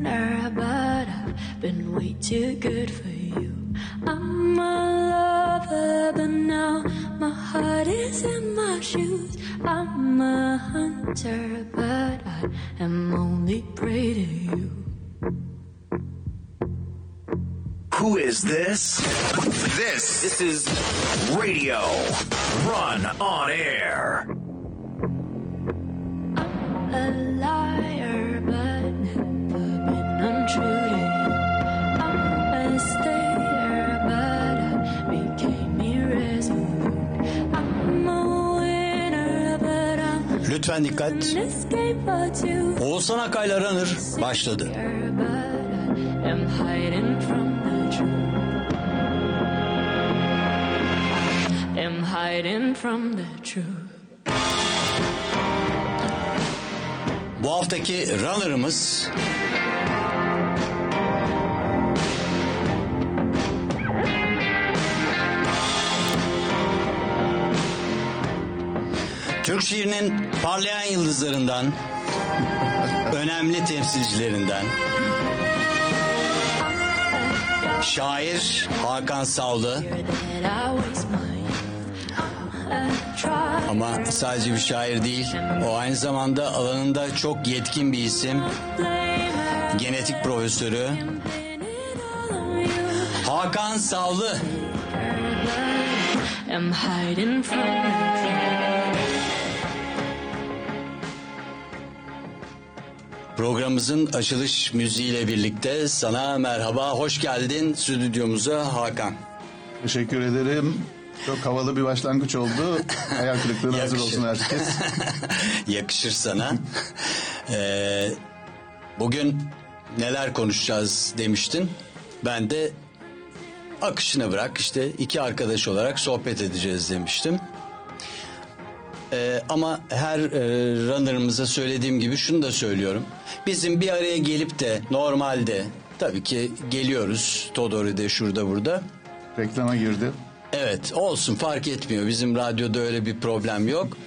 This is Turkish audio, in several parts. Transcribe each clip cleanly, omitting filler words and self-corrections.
winner, but I've been way too good for you. I'm a lover, but now my heart is in my shoes. I'm a hunter, but I am only prey to you. Who is this? This is Radio Run on Air. I'm a liar, but never been untrue to you. I'm a stayer, but I became irresolute. I'm a winner, but I'm Lütfen dikkat. an escaper too. Oğuzhan Akay'la Runner başladı. But I am hiding from the truth. I am hiding from the truth. Bu haftaki Runner'ımız Türk şiirinin parlayan yıldızlarından, önemli temsilcilerinden, şair Hakan Savlı. Ama sadece bir şair değil, o aynı zamanda alanında çok yetkin bir isim, genetik profesörü Hakan Savlı. Programımızın açılış müziğiyle birlikte sana merhaba, hoş geldin stüdyomuza Hakan. Teşekkür ederim. Çok havalı bir başlangıç oldu. Hayal kırıklığına hazır olsun herkes. Yakışır sana. Bugün neler konuşacağız demiştin. Ben de akışına bırak, işte iki arkadaş olarak sohbet edeceğiz demiştim. Ama her runner'ımıza söylediğim gibi şunu da söylüyorum. Bizim bir araya gelip de normalde tabii ki geliyoruz Todori'de şurada burada. Reklama girdi. Evet, olsun, fark etmiyor. Bizim radyoda öyle bir problem yok.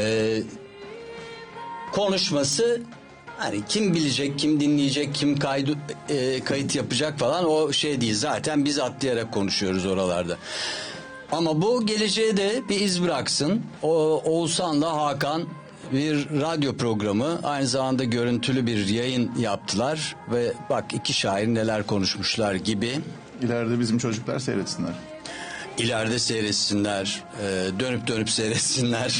Konuşması, hani kim bilecek, kim dinleyecek, kim kayıt yapacak falan, o şey değil. Zaten biz atlayarak konuşuyoruz oralarda. Ama bu geleceğe de bir iz bıraksın. Oğuzhan'la Hakan bir radyo programı, aynı zamanda görüntülü bir yayın yaptılar. Ve bak, iki şair neler konuşmuşlar gibi. İleride bizim çocuklar seyretsinler. İleride seyretsinler, dönüp dönüp seyretsinler.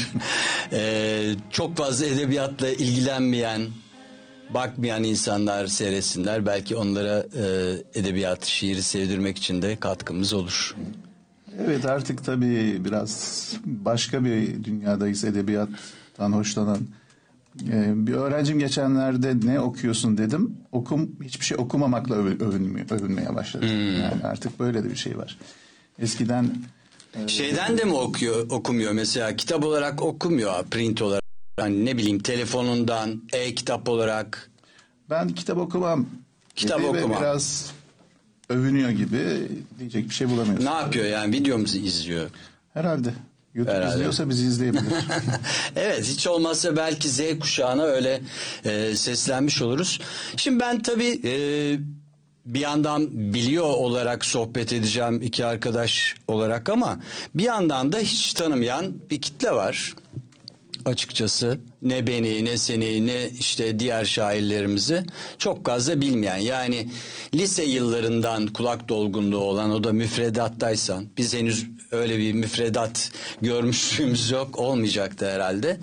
Çok fazla edebiyatla ilgilenmeyen, bakmayan insanlar seyretsinler. Belki onlara edebiyat, şiiri sevdirmek için de katkımız olur. Evet, artık tabii biraz başka bir dünyadayız, edebiyattan hoşlanan. Bir öğrencim geçenlerde ne okuyorsun dedim. Hiçbir şey okumamakla övünmeye başladı. Yani artık böyle de bir şey var. Eskiden şeyden de mi okumuyor mesela, kitap olarak okumuyor, print olarak, hani ne bileyim telefonundan e-kitap olarak. Ben kitap okumam. Kitap okumam. Biraz övünüyor gibi, diyecek bir şey bulamıyorsun. Ne yapıyor yani, videomuzu izliyor? Herhalde. YouTube izliyorsa bizi izleyebilir. Evet, hiç olmazsa belki Z kuşağına öyle seslenmiş oluruz. Şimdi ben tabii bir yandan biliyor olarak sohbet edeceğim iki arkadaş olarak, ama bir yandan da hiç tanımayan bir kitle var. Açıkçası ne beni, ne seni, ne işte diğer şairlerimizi çok fazla bilmeyen, yani lise yıllarından kulak dolgunluğu olan, o da müfredattaysan, biz henüz öyle bir müfredat görmüşlüğümüz yok, olmayacaktı herhalde.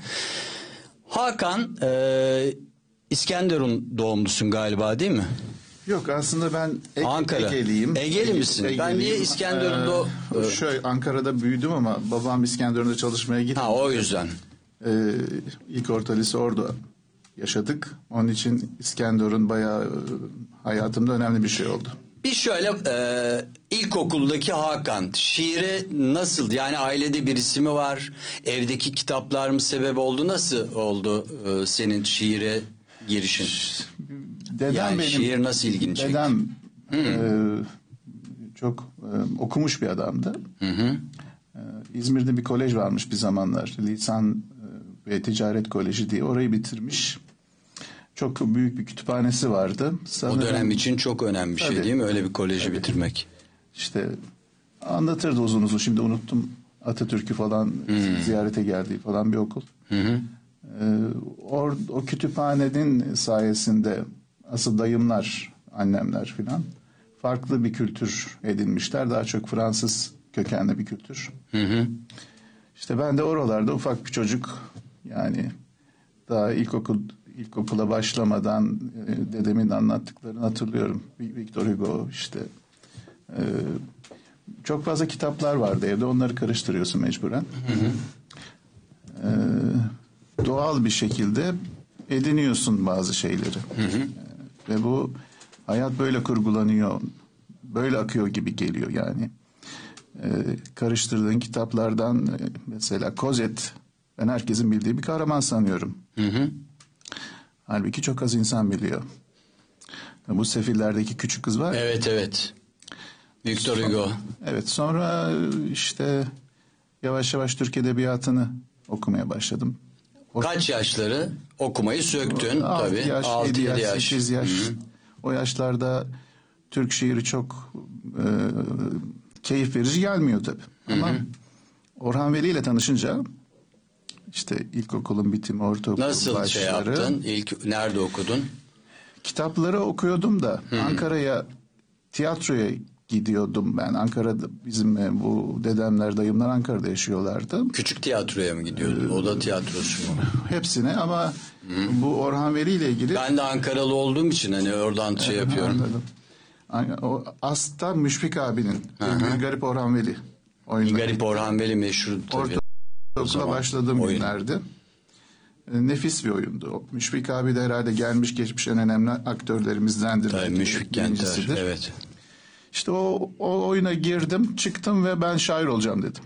Hakan, İskenderun doğumlusun galiba, değil mi? Yok, aslında ben Ankara. Ege'liyim. Egeli misin? Ben niye İskenderun'da... Şöyle, Ankara'da büyüdüm ama babam İskenderun'da çalışmaya gitti. Ha, o yüzden. İlk orta lise orada yaşadık. Onun için İskenderun bayağı hayatımda önemli bir şey oldu. Bir şöyle ilkokuldaki Hakan şiiri nasıl, yani ailede birisi mi var, evdeki kitaplar mı sebep oldu, nasıl oldu senin şiire girişin? Dedem yani benim, şiir nasıl ilgini çekti? Dedem çok okumuş bir adamdı. İzmir'de bir kolej varmış bir zamanlar, Lisan ve Ticaret Koleji diye, orayı bitirmiş. çok büyük bir kütüphanesi vardı. O dönem için çok önemli bir şey Tabii. değil mi? Öyle bir koleji bitirmek. İşte anlatırdı uzun uzun. Şimdi unuttum, Atatürk'ü falan ziyarete geldiği falan bir okul. O kütüphanenin sayesinde asıl dayımlar, annemler filan farklı bir kültür edinmişler. Daha çok Fransız kökenli bir kültür. İşte ben de oralarda ufak bir çocuk, yani daha ilkokula başlamadan dedemin anlattıklarını hatırlıyorum. Victor Hugo işte. Çok fazla kitaplar vardı evde, onları karıştırıyorsun mecburen. Doğal bir şekilde ediniyorsun bazı şeyleri. Ve bu hayat böyle kurgulanıyor, böyle akıyor gibi geliyor yani. Karıştırdığın kitaplardan mesela Cosette, ben herkesin bildiği bir kahraman sanıyorum. Halbuki çok az insan biliyor. Bu Sefillerdeki küçük kız var. Evet. Victor Hugo. Evet, sonra işte yavaş yavaş Türk Edebiyatı'nı okumaya başladım. Kaç yaşları okumayı söktün 6 tabii. yaş, 6 7 yaş, 8 8 yaş. O yaşlarda Türk şiiri çok keyif verici gelmiyor tabii. Ama Orhan Veli ile tanışınca işte ilkokulun bitimi, ortaokul Nasıl başları. şey yaptın? İlk nerede okudun? Kitapları okuyordum da Ankara'ya tiyatroya gidiyordum ben. Ankara'da bizim bu dedemler, dayımlar Ankara'da yaşıyorlardı. Küçük tiyatroya mı gidiyordun? Oda tiyatrosu mu? Hepsine ama bu Orhan Veli ile ilgili... Ben de Ankaralı olduğum için hani oradan şey yapıyorum. Anladım. O As'ta Müşfik abinin bir garip Orhan Veli oyunu. Garip Orhan Veli meşhur tabii. Ortaokula başladığım oyun. günlerde. Nefis bir oyundu. O Müşfik abi de herhalde gelmiş geçmiş en önemli aktörlerimizdendir. Tabii Müşfik Kenter, Birincisidir. evet. İşte o oyuna girdim, çıktım ve ben şair olacağım dedim.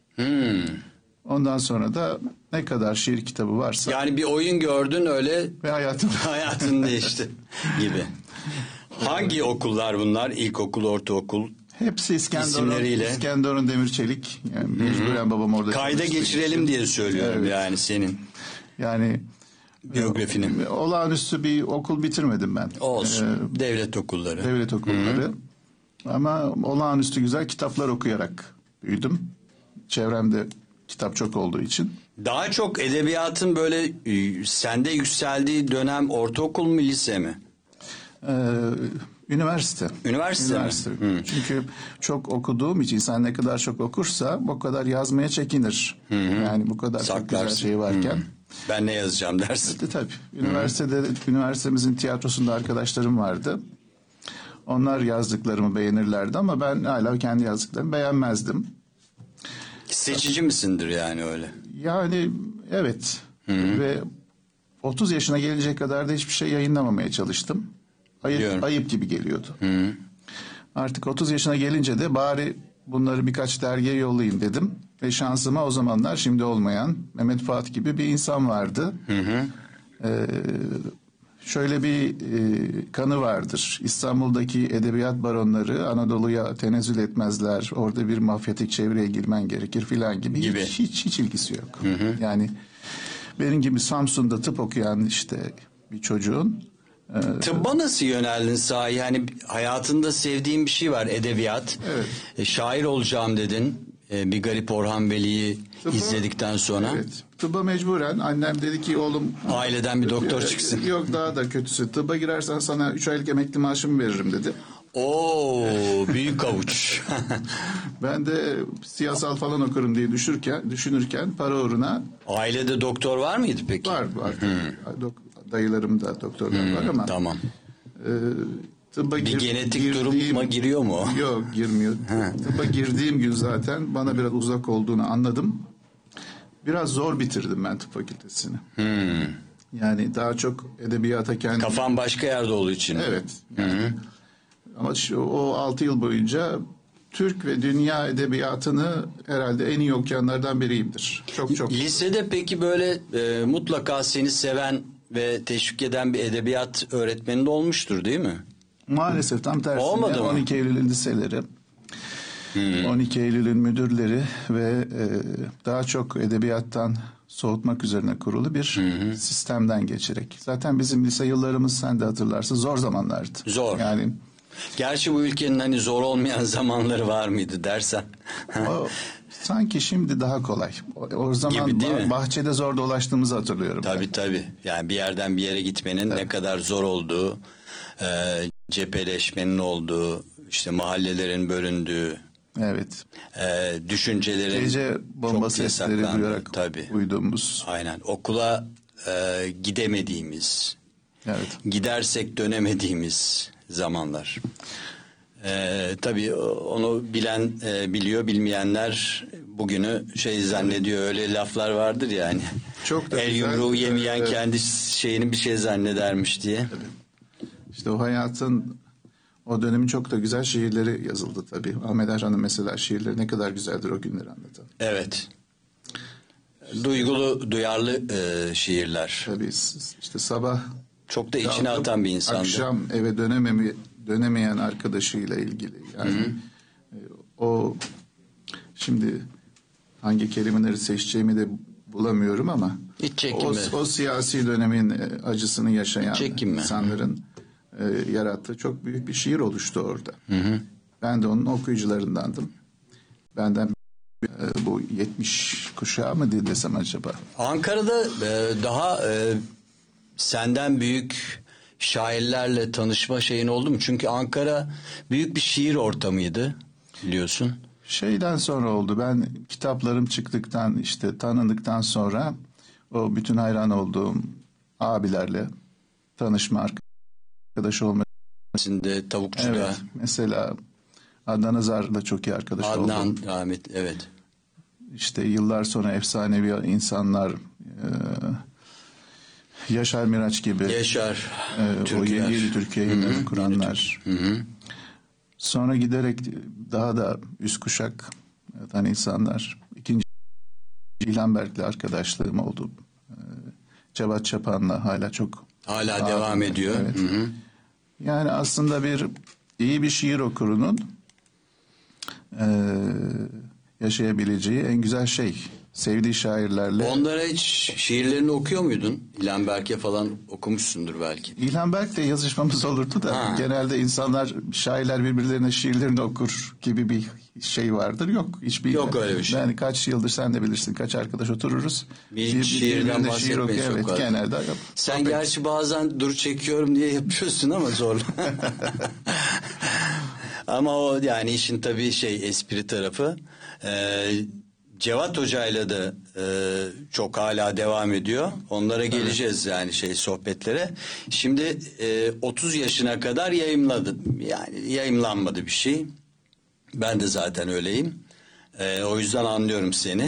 Ondan sonra da ne kadar şiir kitabı varsa Yani bir oyun gördün öyle ve hayatın değişti gibi. Hangi okullar bunlar? İlkokul, ortaokul? hepsi İsimleriyle. İskenderun Demirçelik. Yani mecburen babam orada Kayda çalıştığı geçirelim için. diye söylüyorum Evet. yani senin Yani biyografini. olağanüstü bir okul bitirmedim ben. Olsun. Devlet okulları. Devlet okulları. Ama olağanüstü güzel kitaplar okuyarak büyüdüm. Çevremde kitap çok olduğu için. Daha çok edebiyatın böyle sende yükseldiği dönem ortaokul mu lise mi? Üniversite. Üniversite mi? Çünkü çok okuduğum için insan ne kadar çok okursa o kadar yazmaya çekinir. Yani bu kadar çok güzel Saklarsın. şey varken. Ben ne yazacağım dersin. Tabii. Üniversitemizin tiyatrosunda arkadaşlarım vardı. Onlar yazdıklarımı beğenirlerdi ama ben hala kendi yazdıklarımı beğenmezdim. Seçici misindir yani öyle? Yani evet. Ve 30 yaşına gelecek kadar da hiçbir şey yayınlamamaya çalıştım. Ayıp gibi geliyordu. Artık 30 yaşına gelince de bari bunları birkaç dergiye yollayayım dedim. Ve şansıma o zamanlar şimdi olmayan Mehmet Fuat gibi bir insan vardı. Şöyle bir kanı vardır. İstanbul'daki edebiyat baronları Anadolu'ya tenezzül etmezler. Orada bir mafyatik çevreye girmen gerekir filan gibi. Hiç ilgisi yok. Yani benim gibi Samsun'da tıp okuyan işte bir çocuğun. Tıbba nasıl yöneldin sahi? Yani hayatında sevdiğin bir şey var, edebiyat. Evet. Şair olacağım dedin. Bir garip Orhan Veli'yi izledikten sonra. Evet. Tıbba mecburen annem dedi ki oğlum. Aileden bir doktor çıksın. Yok daha da kötüsü. Tıbba girersen sana 3 aylık emekli maaşımı veririm dedi. Oo, büyük avuç. Ben de siyasal falan okurum diye düşünürken para uğruna. Ailede doktor var mıydı peki? Var. Dayılarım da doktorlar var ama. Tamam. Tıbba Bir genetik duruma giriyor mu? Yok girmiyor. Tıbba girdiğim gün zaten bana biraz uzak olduğunu anladım. Biraz zor bitirdim ben tıp fakültesini. Yani daha çok edebiyata kendim. Kafan başka yerde olduğu için. Evet. Yani. Ama o 6 yıl boyunca Türk ve dünya edebiyatını herhalde en iyi okuyanlardan biriyimdir. Çok. Lisede peki böyle mutlaka seni seven ve teşvik eden bir edebiyat öğretmeni de olmuştur değil mi? Maalesef tam tersine. Olmadı mı? 12 Eylül liseleri. 12 Eylül'ün müdürleri ve daha çok edebiyattan soğutmak üzerine kurulu bir sistemden geçerek. Zaten bizim lise yıllarımız, sen de hatırlarsın, zor zamanlardı. Zor. Yani Gerçi bu ülkenin hani zor olmayan zamanları var mıydı dersen. o, sanki şimdi daha kolay. O zaman Gibi, değil mi? bahçede zor dolaştığımızı hatırlıyorum. Tabii. Yani bir yerden bir yere gitmenin ne kadar zor olduğu, cepheleşmenin olduğu, işte mahallelerin bölündüğü, Evet. düşüncelerin Gece bomba çok sesleri yasaklandığı, duyarak tabii. uyuduğumuz. Aynen. Okula gidemediğimiz, Evet. gidersek dönemediğimiz zamanlar. Tabii onu bilen biliyor, bilmeyenler bugünü şey zannediyor, öyle laflar vardır yani. Çok da El güzel. yumruğu yemeyen Evet. kendi şeyini bir şey zannedermiş diye. İşte o hayatın, o dönemin çok da güzel şiirleri yazıldı tabii. Ahmet Erhan'ın mesela şiirleri ne kadar güzeldir, o günleri anlatan. Evet. Duygulu, duyarlı şiirler. Tabii işte sabah Çok da içine kalkıp atan bir insandı. akşam eve dönemeyen arkadaşıyla ilgili. Yani o, şimdi hangi kelimeleri seçeceğimi de bulamıyorum ama Hiç çekinme. o siyasi dönemin acısını yaşayan Çekinme. insanların yarattığı çok büyük bir şiir oluştu orada. Ben de onun okuyucularındandım. Benden bu 70 kuşağı mı desem acaba? Ankara'da daha senden büyük şairlerle tanışma şeyin oldu mu? Çünkü Ankara büyük bir şiir ortamıydı biliyorsun. Şeyden sonra oldu. Ben kitaplarım çıktıktan, işte tanındıktan sonra o bütün hayran olduğum abilerle tanışma, arkadaş olma. Şimdi Tavukçu'da Evet. Mesela Adnan Azar'la çok iyi arkadaş oldum. Adnan Ahmet, evet. İşte yıllar sonra efsanevi insanlar, Yaşar Miraç gibi, Yaşar, o Türküler. yeni Türkiye yılları kuranlar. Sonra giderek daha da üst kuşak insanlar. İkinci İlhan Berk'le arkadaşlığım oldu. Cevat Çapan'la hala çok Hala devam ediyor. Evet. Hı hı. Yani aslında iyi bir şiir okurunun yaşayabileceği en güzel şey. Sevdiği şairlerle. Onlara hiç şiirlerini okuyor muydun? İlhan Berk'e falan okumuşsundur belki. İlhan Berk'le yazışmamız olurdu da Ha. genelde insanlar, şairler birbirlerine şiirlerini okur gibi bir şey vardır. Yok. Hiçbir, Yok öyle bir şey. Yani kaç yıldır sen de bilirsin, kaç arkadaş otururuz. Bir şiirden birbirine bahsetmeyi çok Evet, var. genelde. Sen gerçi bazen dur çekiyorum diye yapıyorsun ama zorla. Ama o yani işin tabii espri tarafı. Cevat Hoca'yla da çok hala devam ediyor. Onlara geleceğiz yani sohbetlere. Şimdi 30 yaşına kadar yayımladın. Yani yayımlanmadı bir şey. Ben de zaten öyleyim. O yüzden anlıyorum seni.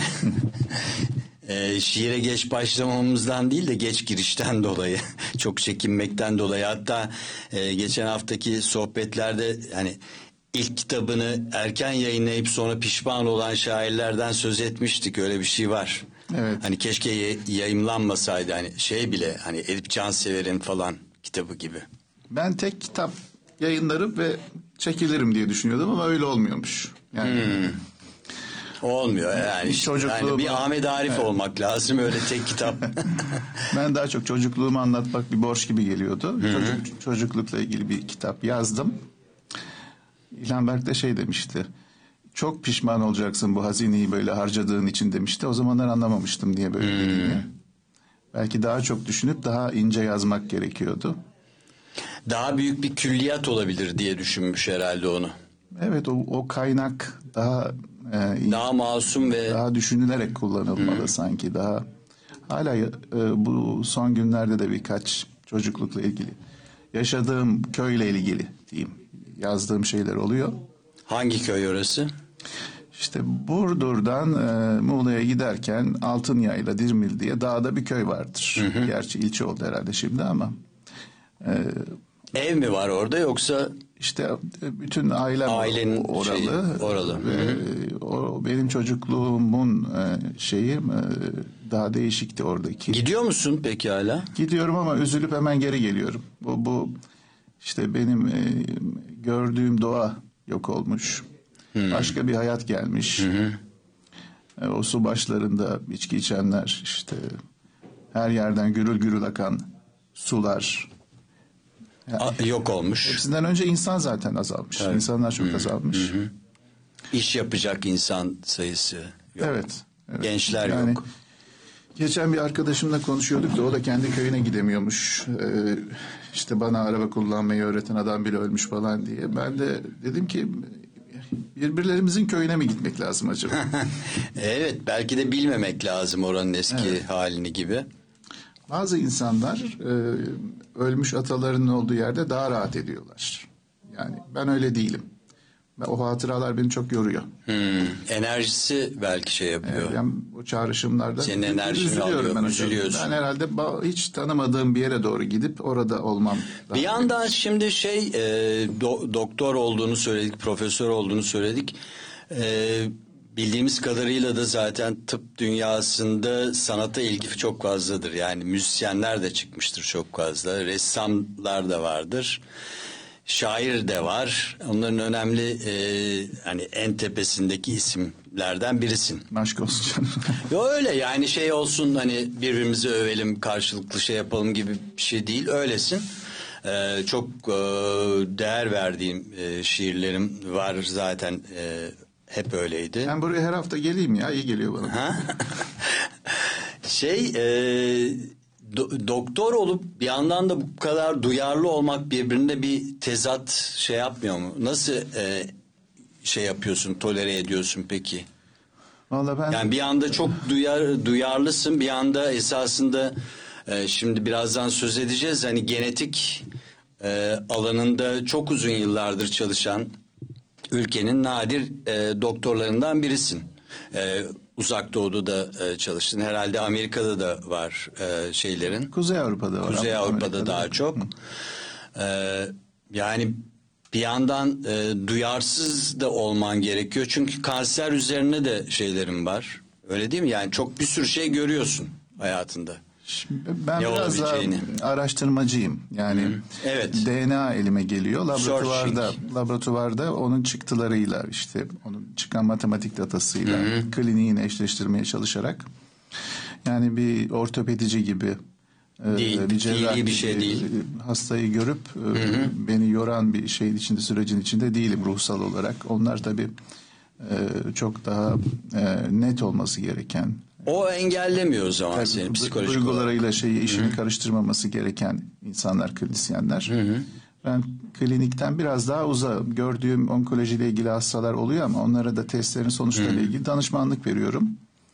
Şiire geç başlamamızdan değil de geç girişten dolayı, çok çekinmekten dolayı. Hatta geçen haftaki sohbetlerde hani ilk kitabını erken yayınlayıp sonra pişman olan şairlerden söz etmiştik. Öyle bir şey var. Evet. Hani keşke yayımlanmasaydı, hani bile, hani Edip Cansever'in falan kitabı gibi. Ben tek kitap yayınlarım ve çekilirim diye düşünüyordum ama öyle olmuyormuş. Yani Olmuyor yani. Yani bir Ahmet Arif olmak lazım, öyle tek kitap. ben daha çok çocukluğumu anlatmak bir borç gibi geliyordu. Çocuklukla ilgili bir kitap yazdım. İlhan Berk de demişti. Çok pişman olacaksın bu hazineyi böyle harcadığın için demişti. O zamanlar anlamamıştım niye böyle dediğini. Belki daha çok düşünüp daha ince yazmak gerekiyordu. Daha büyük bir külliyat olabilir diye düşünmüş herhalde onu. Evet, o kaynak daha masum ve daha düşünülerek kullanılmalı sanki. Daha hala bu son günlerde de birkaç çocuklukla ilgili, yaşadığım köyle ilgili diyeyim, yazdığım şeyler oluyor. Hangi köy orası? İşte Burdur'dan Muğla'ya giderken Altınyayla Dirmil diye dağda bir köy vardır. Gerçi ilçe oldu herhalde şimdi ama. Ev mi var orada yoksa? İşte bütün ailenin oralı. Oralı. O benim çocukluğumun daha değişikti oradaki. Gidiyor musun peki hala? Gidiyorum ama üzülüp hemen geri geliyorum. Bu işte benim gördüğüm doğa yok olmuş. Başka bir hayat gelmiş. O su başlarında içki içenler, işte her yerden gürül gürül akan sular. Yok olmuş. Hepsinden önce insan zaten azalmış. Evet. İnsanlar çok azalmış. İş yapacak insan sayısı yok. Evet. Gençler yani, yok. Geçen bir arkadaşımla konuşuyorduk da o da kendi köyüne gidemiyormuş. İşte bana araba kullanmayı öğreten adam bile ölmüş falan diye. Ben de dedim ki birbirlerimizin köyüne mi gitmek lazım acaba? Evet, belki de bilmemek lazım oranın eski halini gibi. Bazı insanlar ölmüş atalarının olduğu yerde daha rahat ediyorlar. Yani ben öyle değilim. O hatıralar beni çok yoruyor. Enerjisi belki şey yapıyor. Yani o çağrışımlarda senin enerjini alıyor, üzülüyorsun. Ben herhalde hiç tanımadığım bir yere doğru gidip orada olmam. Bir yandan şimdi doktor olduğunu söyledik, profesör olduğunu söyledik. Bildiğimiz kadarıyla da zaten tıp dünyasında sanata ilgi çok fazladır. Yani müzisyenler de çıkmıştır çok fazla, ressamlar da vardır. Şair de var. Onların önemli hani en tepesindeki isimlerden birisin. Aşk olsun canım. Yo öyle yani şey olsun hani birbirimizi övelim karşılıklı şey yapalım gibi bir şey değil. Öylesin. Çok değer verdiğim şiirlerim var zaten hep öyleydi. Ben buraya her hafta geleyim ya iyi geliyor bana. Doktor olup bir yandan da bu kadar duyarlı olmak birbirine bir tezat şey yapmıyor mu? Nasıl şey yapıyorsun, tolere ediyorsun peki? Vallahi ben... Yani bir anda çok duyarlısın, bir anda esasında şimdi birazdan söz edeceğiz. Hani genetik alanında çok uzun yıllardır çalışan ülkenin nadir doktorlarından birisin. Uzak Doğu'da çalıştın. Herhalde Amerika'da da var şeylerin. Kuzey Avrupa'da var. Kuzey Avrupa'da daha çok. Yani bir yandan duyarsız da olman gerekiyor. Çünkü kanser üzerine de şeylerim var. Öyle değil mi? Yani çok bir sürü şey görüyorsun hayatında. Şimdi ben biraz daha araştırmacıyım. Yani evet. DNA elime geliyor. Laboratuvarda onun çıktılarıyla işte onun çıkan matematik datasıyla kliniğini eşleştirmeye çalışarak yani bir ortopedici gibi bir cerrah bir şey değil. Hastayı görüp beni yoran bir şeyin içinde sürecin içinde değilim ruhsal olarak. Onlar tabii çok daha net olması gereken. O engellemiyor o zaman tabii, seni psikolojik duygularıyla işini karıştırmaması gereken insanlar, klinisyenler. Ben klinikten biraz daha gördüğüm onkolojiyle ilgili hastalar oluyor ama onlara da testlerin sonuçlarıyla ilgili danışmanlık veriyorum.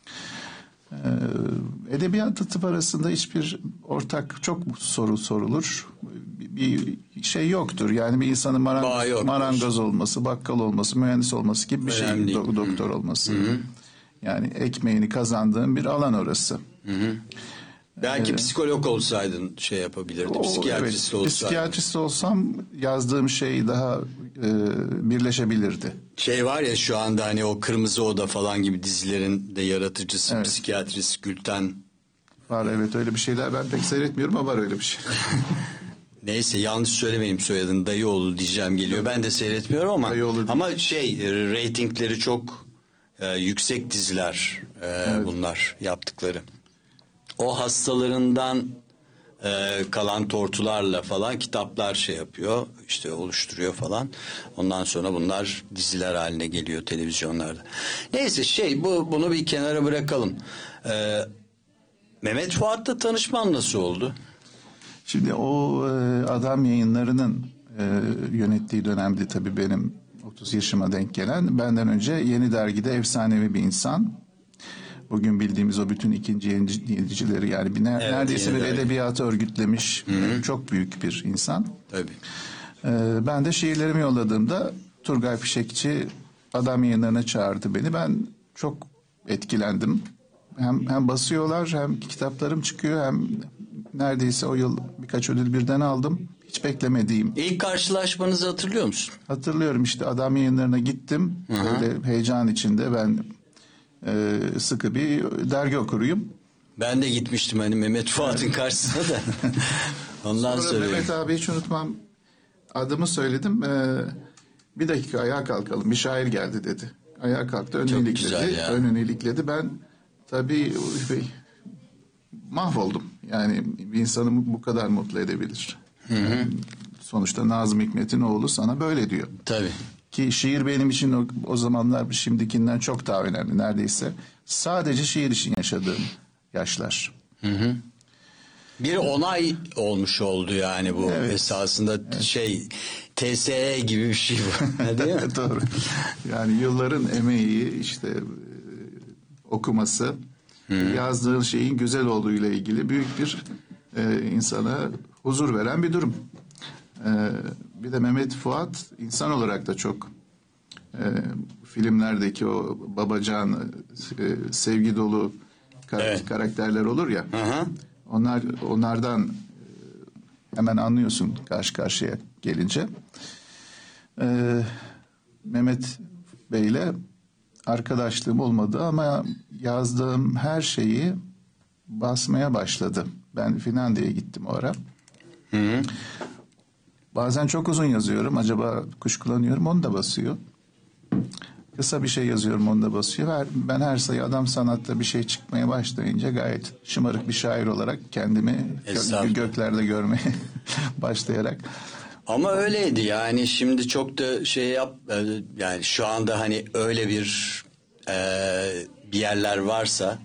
Edebiyat tıp arasında hiçbir ortak çok soru sorulur. Bir şey yoktur. Yani bir insanın marangoz olması, bakkal olması, mühendis olması gibi bir şey. Doktor olması. Yani ekmeğini kazandığın bir alan orası. Belki psikolog olsaydın şey yapabilirdin. Psikiyatrist olsaydın. Psikiyatrist olsam yazdığım şey daha birleşebilirdi. Şey var ya şu anda hani o Kırmızı Oda falan gibi dizilerin de yaratıcısı, evet. Psikiyatrist Gülten. Var evet öyle bir şeyler ben pek seyretmiyorum ama var öyle bir şey. Neyse yanlış söylemeyeyim soyadını Dayıoğlu diyeceğim geliyor. Ben de seyretmiyorum ama reytingleri çok yüksek diziler evet. Bunlar yaptıkları. O hastalarından kalan tortularla falan kitaplar şey yapıyor işte oluşturuyor falan. Ondan sonra bunlar diziler haline geliyor televizyonlarda. Neyse bunu bir kenara bırakalım. Mehmet Fuat'la tanışman nasıl oldu? Şimdi o Adam Yayınları'nın yönettiği dönemde tabii benim 30 yaşıma denk gelen benden önce Yeni Dergi'de efsanevi bir insan. Bugün bildiğimiz o bütün ikinci yenicileri yani neredeyse bir edebiyatı örgütlemiş çok büyük bir insan. Tabii. Ben de şiirlerimi yolladığımda Turgay Fişekçi Adam Yayınları'na çağırdı beni. Ben çok etkilendim. Hem basıyorlar hem kitaplarım çıkıyor hem neredeyse o yıl birkaç ödül birden aldım. Hiç beklemediğim. İlk karşılaşmanızı hatırlıyor musun? Hatırlıyorum işte Adam Yayınları'na gittim. Böyle heyecan içinde ben sıkı bir dergi okuruyum. Ben de gitmiştim hani Mehmet Fuat'ın karşısına da. Ondan sonra Mehmet abi hiç unutmam. Adımı söyledim. Bir dakika ayağa kalkalım. Bir şair geldi dedi. Ayağa kalktı. Önünü Çok ilikledi. güzel ya. Önünü ilikledi. Ben tabii mahvoldum. Yani bir insanı bu kadar mutlu edebilir. Sonuçta Nazım Hikmet'in oğlu sana böyle diyor. Tabii. Ki şiir benim için o zamanlar şimdikinden çok daha önemli neredeyse. Sadece şiir için yaşadığım yaşlar. Bir onay olmuş oldu yani bu Evet. esasında TSE gibi bir şey bu. Değil mi? Doğru. Yani yılların emeği işte okuması, yazdığın şeyin güzel olduğuyla ilgili büyük bir insana huzur veren bir durum. Bir de Mehmet Fuat insan olarak da çok filmlerdeki o babacan sevgi dolu Evet. karakterler olur ya. Hı. Onlardan hemen anlıyorsun karşı karşıya gelince. Mehmet Bey'le arkadaşlığım olmadı ama yazdığım her şeyi basmaya başladı. Ben Finlandiya'ya gittim o ara. Bazen çok uzun yazıyorum. Acaba kuşkulanıyorum. Onu da basıyor. Kısa bir şey yazıyorum. Onu da basıyor. Ben her sayı Adam Sanat'ta bir şey çıkmaya başlayınca gayet şımarık bir şair olarak kendimi göklerde görmeye başlayarak. Ama öyleydi yani şimdi çok da yani şu anda hani öyle bir yerler varsa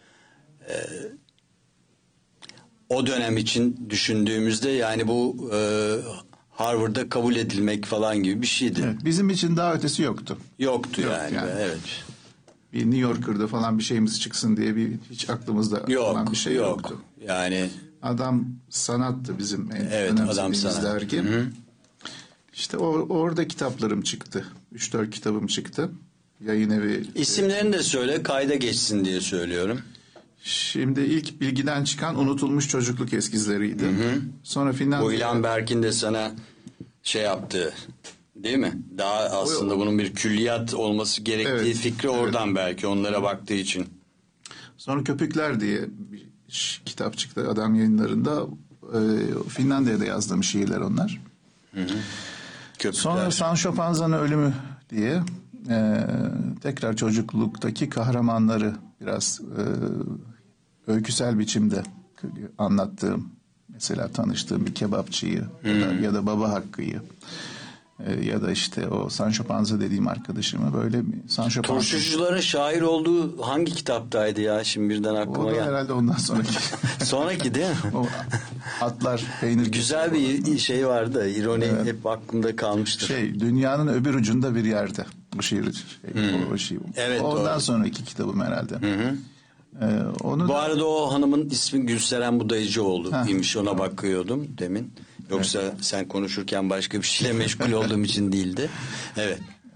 o dönem için düşündüğümüzde yani bu Harvard'da kabul edilmek falan gibi bir şeydi. Evet, bizim için daha ötesi yoktu. Yoktu Yok yani. yani. Evet. Bir New Yorker'da falan bir şeyimiz çıksın diye hiç aklımızda olan bir şey yoktu. Yani Adam Sanattı bizim en evet, önemsediğimiz Adam Sanat. dergi. Hı-hı. İşte orada kitaplarım çıktı. 3-4 kitabım çıktı. Yayın evi. İsimlerini de söyle, kayda geçsin diye söylüyorum. Şimdi ilk Bilgiden çıkan Unutulmuş Çocukluk Eskizleriydi. Sonra Finlandiya. Bu İlhan Berk'in de sana yaptığı, değil mi? Daha aslında bunun bir külliyat olması gerektiği Evet, fikri oradan belki onlara baktığı için. Sonra Köpükler diye bir kitap çıktı Adam Yayınları'nda. Finlandiya'da yazdığım şiirler onlar. Köpükler. Sonra Sancho Panza'nın Ölümü diye tekrar çocukluktaki kahramanları biraz öyküsel biçimde anlattığım, mesela tanıştığım bir kebapçıyı ya da Baba Hakkı'yı ya da işte o Sancho Panza dediğim arkadaşımı böyle Sancho Panza. Turşucuların şair olduğu hangi kitaptaydı ya? Şimdi birden aklıma O da geldi. herhalde ondan sonraki. Sonraki değil mi? O atlar peynir. Güzel bir şey vardı. İroni hep aklımda kalmıştır. Dünyanın öbür ucunda bir yerde. Bu şiir. O şiir. Evet, ondan doğru. sonraki kitabım herhalde. Onu Bu da, arada o hanımın ismi Gülseren Budayıcıoğlu imiş, ona bakıyordum demin. Yoksa sen konuşurken başka bir şeyle meşgul olduğum için değildi. Evet.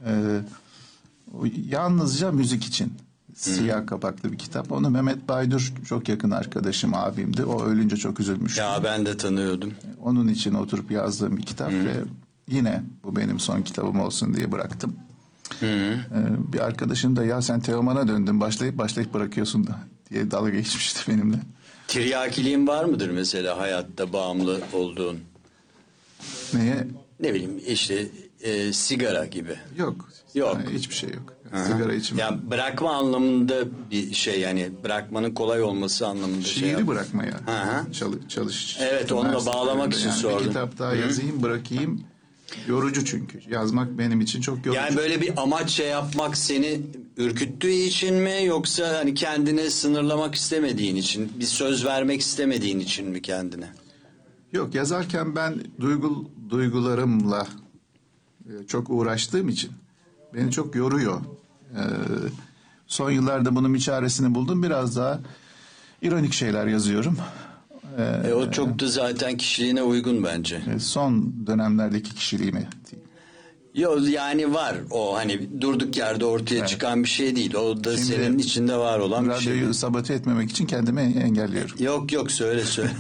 Yalnızca müzik için siyah kapaklı bir kitap. Onu Mehmet Baydur çok yakın arkadaşım, abimdi. O ölünce çok üzülmüştüm. Ya ben de tanıyordum. Onun için oturup yazdığım bir kitap ve yine bu benim son kitabım olsun diye bıraktım. Bir arkadaşım da ya sen Teoman'a döndün, başlayıp bırakıyorsun da diye dalga geçmişti benimle. Tiryakiliğin var mıdır mesela hayatta bağımlı olduğun? Neye? Ne bileyim işte sigara gibi. Yok. Yok. Yani hiçbir şey yok. Sigara içmem. Ya bırakma anlamında bir şey, yani bırakmanın kolay olması anlamında Şiiri bırakmaya Hı. çalış. Evet, onunla bağlamak için yani sordum. Bir kitap daha yazayım, bırakayım. Yorucu çünkü. Yazmak benim için çok yorucu. Yani böyle bir amaç yapmak seni ürküttüğü için mi, yoksa hani kendine sınırlamak istemediğin için, bir söz vermek istemediğin için mi kendine? Yok, yazarken ben duygularımla çok uğraştığım için beni çok yoruyor. Son yıllarda bunun bir çaresini buldum. Biraz daha ironik şeyler yazıyorum. O çok da zaten kişiliğine uygun bence. Son dönemlerdeki kişiliğime. Yok yani var o, hani durduk yerde ortaya çıkan bir şey değil. O da Şimdi senin içinde var olan bir şey. Radyoyu sabote etmemek için kendimi engelliyorum. Yok söyle.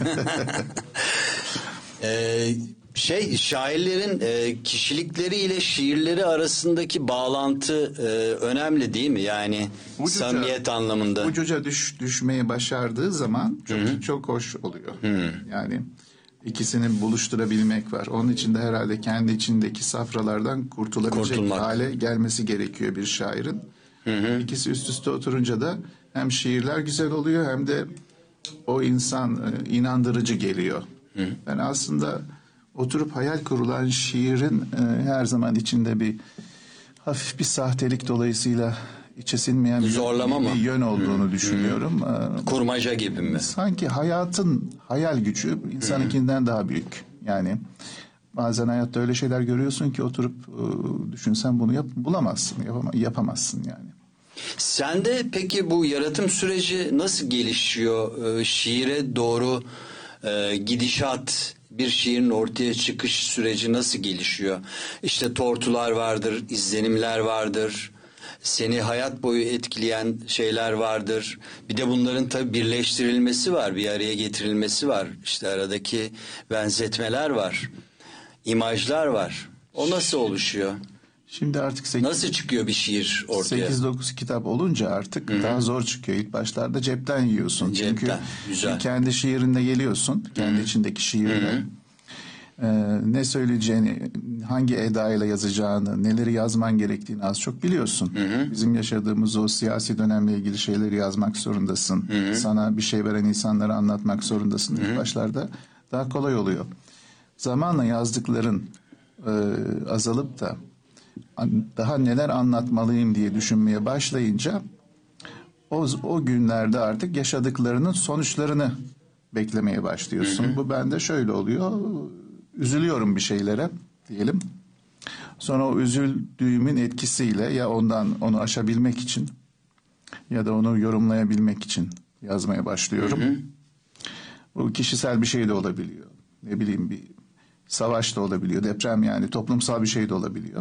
Şairlerin kişilikleriyle şiirleri arasındaki bağlantı önemli değil mi? Yani samimiyet anlamında. Ucuca düşmeye başardığı zaman çok hoş oluyor. Yani İkisini buluşturabilmek var. Onun için de herhalde kendi içindeki safralardan kurtulabilecek hale gelmesi gerekiyor bir şairin. İkisi üst üste oturunca da hem şiirler güzel oluyor hem de o insan inandırıcı geliyor. Ben aslında oturup hayal kurulan şiirin her zaman içinde bir hafif bir sahtelik dolayısıyla içe sinmeyen bir yön olduğunu düşünüyorum. Kurmaca gibi mi? Sanki hayatın hayal gücü insanınkinden daha büyük. Yani bazen hayatta öyle şeyler görüyorsun ki oturup düşünsen bunu bulamazsın, yapamazsın yani. Sende peki bu yaratım süreci nasıl gelişiyor? Şiire doğru gidişat, bir şiirin ortaya çıkış süreci nasıl gelişiyor? İşte tortular vardır, izlenimler vardır. Seni hayat boyu etkileyen şeyler vardır. Bir de bunların tabii birleştirilmesi var, bir araya getirilmesi var. İşte aradaki benzetmeler var, imajlar var. O nasıl oluşuyor? Şimdi artık nasıl çıkıyor bir şiir ortaya? 8-9 kitap olunca artık daha zor çıkıyor. İlk başlarda cepten yiyorsun. Çünkü güzel. Kendi şiirinde geliyorsun. Kendi içindeki şiirle. Ne söyleyeceğini, hangi edayla yazacağını, neleri yazman gerektiğini az çok biliyorsun. Bizim yaşadığımız o siyasi dönemle ilgili şeyleri yazmak zorundasın. Sana bir şey veren insanlara anlatmak zorundasın. İlk başlarda daha kolay oluyor. Zamanla yazdıkların azalıp da daha neler anlatmalıyım diye düşünmeye başlayınca o günlerde artık yaşadıklarının sonuçlarını beklemeye başlıyorsun. Bu bende şöyle oluyor. Üzülüyorum bir şeylere diyelim. Sonra o üzüldüğümün etkisiyle ya onu aşabilmek için ya da onu yorumlayabilmek için yazmaya başlıyorum. Bu kişisel bir şey de olabiliyor. Ne bileyim bir savaş da olabiliyor. Deprem yani toplumsal bir şey de olabiliyor.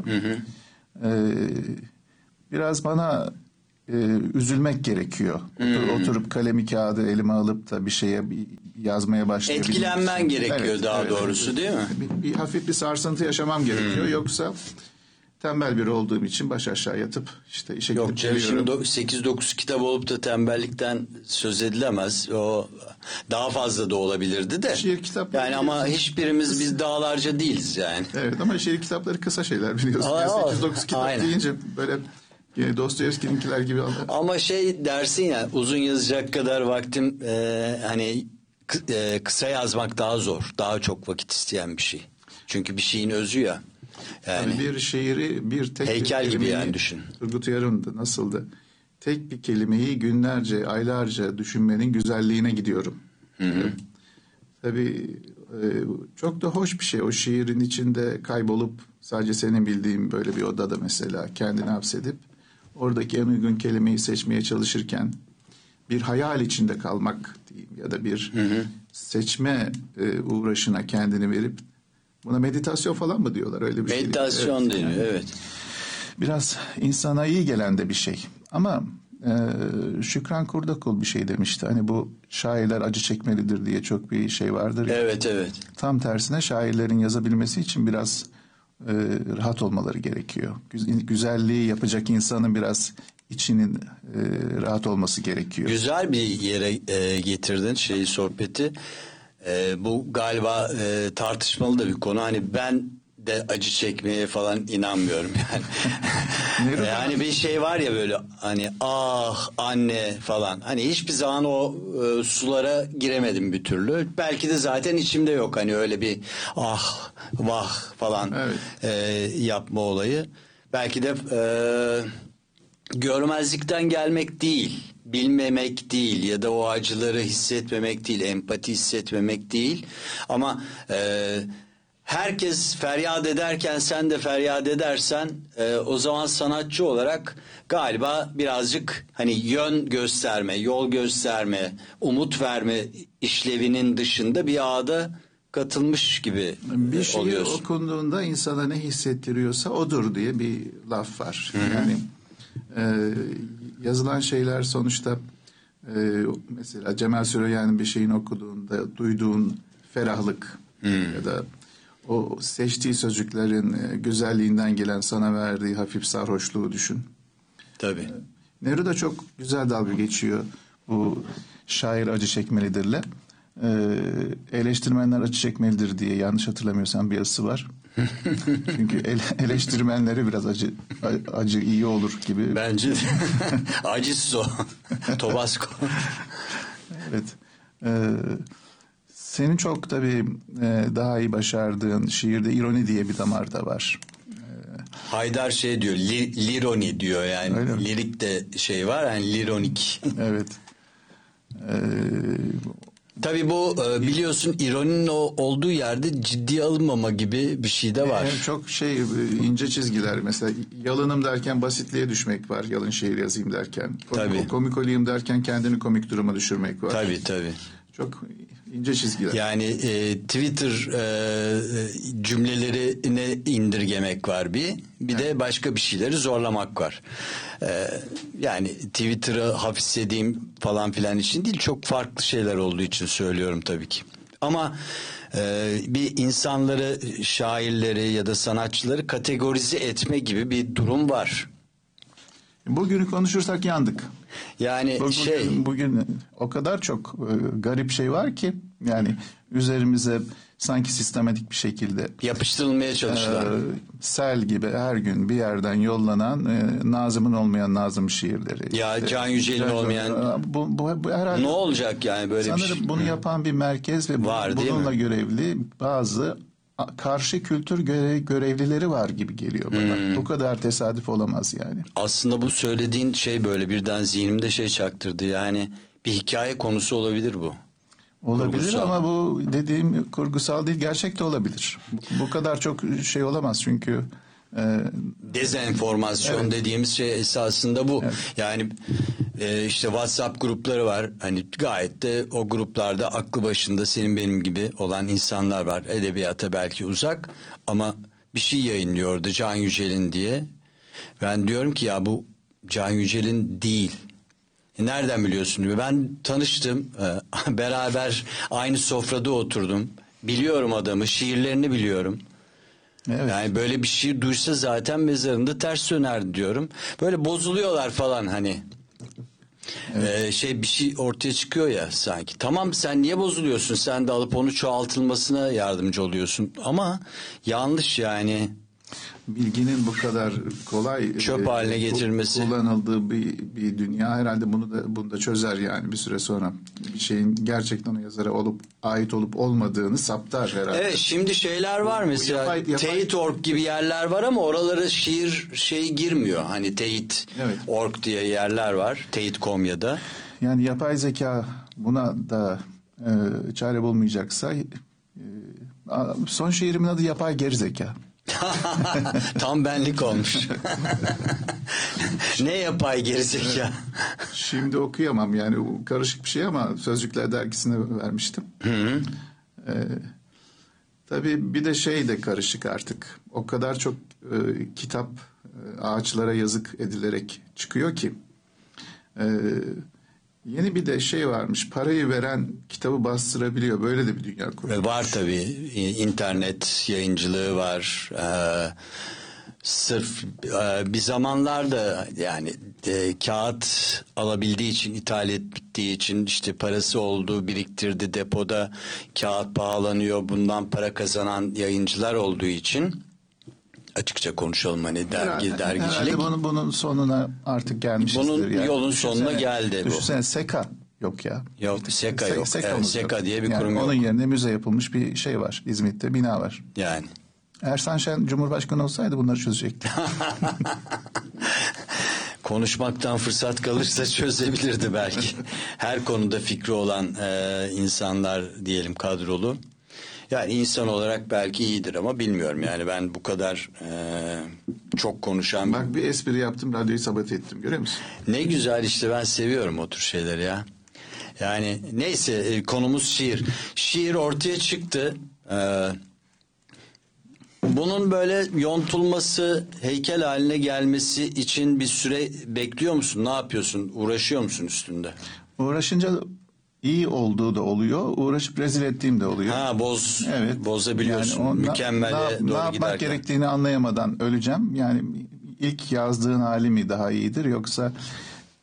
Biraz bana üzülmek gerekiyor. Oturup kalemi kağıdı elime alıp da bir şeye yazmaya başlayabilmek. Etkilenmen gerekiyor daha doğrusu değil mi? Bir hafif bir sarsıntı yaşamam gerekiyor. Yoksa tembel biri olduğum için baş aşağı yatıp işte işe gidip geliyorum. Yok şimdi 8-9 kitap olup da tembellikten söz edilemez. O daha fazla da olabilirdi de. Şiir kitapları yani ama hiçbirimiz biz dağlarca değiliz yani. Evet ama şiir kitapları kısa şeyler biliyorsun. 8-9 kitap deyince böyle Dostoyevski'ninkiler gibi. Ama dersin ya uzun yazacak kadar vaktim hani kısa yazmak daha zor. Daha çok vakit isteyen bir şey. Çünkü bir şeyin özü ya. Yani bir şiiri bir tek heykel gibi yani düşün. Turgut Uyar'ındı nasıldı? Tek bir kelimeyi günlerce, aylarca düşünmenin güzelliğine gidiyorum. Tabii çok da hoş bir şey. O şiirin içinde kaybolup sadece senin bildiğin böyle bir odada mesela kendini hapsedip oradaki en uygun kelimeyi seçmeye çalışırken bir hayal içinde kalmak diyeyim ya da bir seçme uğraşına kendini verip buna meditasyon falan mı diyorlar öyle bir şey? Meditasyon deniyor evet. Biraz insana iyi gelen de bir şey. Ama Şükran Kurdakul bir şey demişti. Hani bu şairler acı çekmelidir diye çok bir şey vardır. Evet evet. Tam tersine şairlerin yazabilmesi için biraz rahat olmaları gerekiyor. Güzelliği yapacak insanın biraz içinin rahat olması gerekiyor. Güzel bir yere getirdin sohbeti. Bu galiba tartışmalı da bir konu. Hani ben de acı çekmeye falan inanmıyorum yani. Yani bir şey var ya böyle hani ah anne falan. Hani hiçbir zaman o sulara giremedim bir türlü. Belki de zaten içimde yok hani öyle bir ah vah falan yapma olayı. Belki de görmezlikten gelmek değil, bilmemek değil ya da o acıları hissetmemek değil, empati hissetmemek değil. Ama herkes feryat ederken sen de feryat edersen o zaman sanatçı olarak galiba birazcık hani yön gösterme, yol gösterme, umut verme işlevinin dışında bir ağda katılmış gibi bir şiir oluyorsun. Okunduğunda insana ne hissettiriyorsa odur diye bir laf var. Yani yazılan şeyler sonuçta mesela Cemal Süreyya'nın bir şeyin okuduğunda duyduğun ferahlık ya da o seçtiği sözcüklerin güzelliğinden gelen sana verdiği hafif sarhoşluğu düşün. Tabii. Neruda çok güzel dalga geçiyor bu şair acı çekmelidirle. eleştirmenler acı çekmelidir diye, yanlış hatırlamıyorsam bir yazısı var. Çünkü eleştirmenleri biraz acı iyi olur gibi. Bence acısı o. Tabasco. Evet. Senin çok tabii daha iyi başardığın şiirde ironi diye bir damar da var. Haydar şey diyor, lironi diyor yani. Lirik de şey var, yani lironik. Evet. Tabii bu biliyorsun ironinin olduğu yerde ciddiye alınmama gibi bir şey de var. Çok ince çizgiler, mesela yalınım derken basitliğe düşmek var, yalın şiir yazayım derken. Tabii. Komik olayım derken kendini komik duruma düşürmek var. Tabii. Çok ince çizgiler. Yani Twitter cümlelerine indirgemek var bir de başka bir şeyleri zorlamak var. Yani Twitter'ı hafiflediğim falan filan için değil, çok farklı şeyler olduğu için söylüyorum tabii ki. Ama bir insanları, şairleri ya da sanatçıları kategorize etme gibi bir durum var. Bugünü konuşursak yandık. Yani bugün o kadar çok garip şey var ki, yani üzerimize sanki sistematik bir şekilde yapıştırılmaya çalışılan. Sel gibi her gün bir yerden yollanan Nazım'ın olmayan Nazım şiirleri. Ya işte, Can Yücel'in olmayan. Bu herhalde. Ne olacak yani böyle bir şey? Sanırım bunu yapan bir merkez ve bununla görevli bazı karşı kültür görevlileri var gibi geliyor bana. Bu kadar tesadüf olamaz yani. Aslında bu söylediğin şey böyle birden zihnimde şey çaktırdı. Yani bir hikaye konusu olabilir bu. Olabilir kurgusal. Ama bu dediğim kurgusal değil, gerçek de olabilir. Bu kadar çok şey olamaz çünkü. Dezenformasyon dediğimiz şey esasında bu. Evet. Yani işte WhatsApp grupları var. Hani gayet de o gruplarda aklı başında senin benim gibi olan insanlar var. Edebiyata belki uzak ama bir şey yayınlıyordu Can Yücel'in diye. Ben diyorum ki ya bu Can Yücel'in değil. Nereden biliyorsun? Ben tanıştım. Beraber aynı sofrada oturdum. Biliyorum adamı, şiirlerini biliyorum. Evet. Yani böyle bir şiir duysa zaten mezarında ters döner diyorum. Böyle bozuluyorlar falan hani. Evet. Bir şey ortaya çıkıyor ya sanki. Tamam, sen niye bozuluyorsun? Sen de alıp onu çoğaltılmasına yardımcı oluyorsun. Ama yanlış yani. Bilginin bu kadar kolay çöp haline getirilmesi, kullanıldığı bir dünya herhalde bunu da çözer yani bir süre sonra. Bir şeyin gerçekten o yazara ait olup olmadığını saptar herhalde. Evet, şimdi şeyler var mesela Teyit.org gibi yerler var ama oralara şiir girmiyor. Hani Teyit.org diye yerler var. Teyit.com ya da. Yani yapay zeka buna da çare bulmayacaksa son şiirimin adı Yapay Gerizeka. Tam benlik olmuş. Ne yapay gerizekalı? Şimdi okuyamam yani, karışık bir şey ama Sözcükler Dergisi'ne vermiştim. Tabii bir de şey de karışık artık. O kadar çok kitap ağaçlara yazık edilerek çıkıyor ki. Yeni bir de şey varmış, parayı veren kitabı bastırabiliyor. Böyle de bir dünya kurulmuş. Var tabii. İnternet yayıncılığı var. Sırf bir zamanlarda yani kağıt alabildiği için, ithal ettiği için işte parası olduğu biriktirdi, depoda kağıt pahalanıyor. Bundan para kazanan yayıncılar olduğu için açıkça konuşalım hani dergicilik. Herhalde bunun sonuna artık gelmişizdir. Bunun yani. yolun sonuna geldi bu. Düşünsene Seka yok ya. Yok Seka yok. Seka diye bir kurum yok. Onun yerine müze yapılmış bir şey var. İzmit'te bina var. Yani. Ersan Şen Cumhurbaşkanı olsaydı bunları çözecekti. Konuşmaktan fırsat kalırsa çözebilirdi belki. Her konuda fikri olan insanlar diyelim kadrolu. Yani insan olarak belki iyidir ama bilmiyorum yani ben bu kadar çok konuşan... Bak bir espri yaptım, radyoyu sabote ettim, görüyor musun? Ne güzel işte, ben seviyorum o tür şeyleri ya. Yani neyse, konumuz şiir. Şiir ortaya çıktı. Bunun böyle yontulması, heykel haline gelmesi için bir süre bekliyor musun? Ne yapıyorsun? Uğraşıyor musun üstünde? Uğraşınca iyi olduğu da oluyor. Uğraşıp rezil ettiğim de oluyor. Evet. Bozabiliyorsun. Yani mükemmele doğru giderken. Ne yapmak gerektiğini anlayamadan öleceğim. Yani ilk yazdığın hali mi daha iyidir yoksa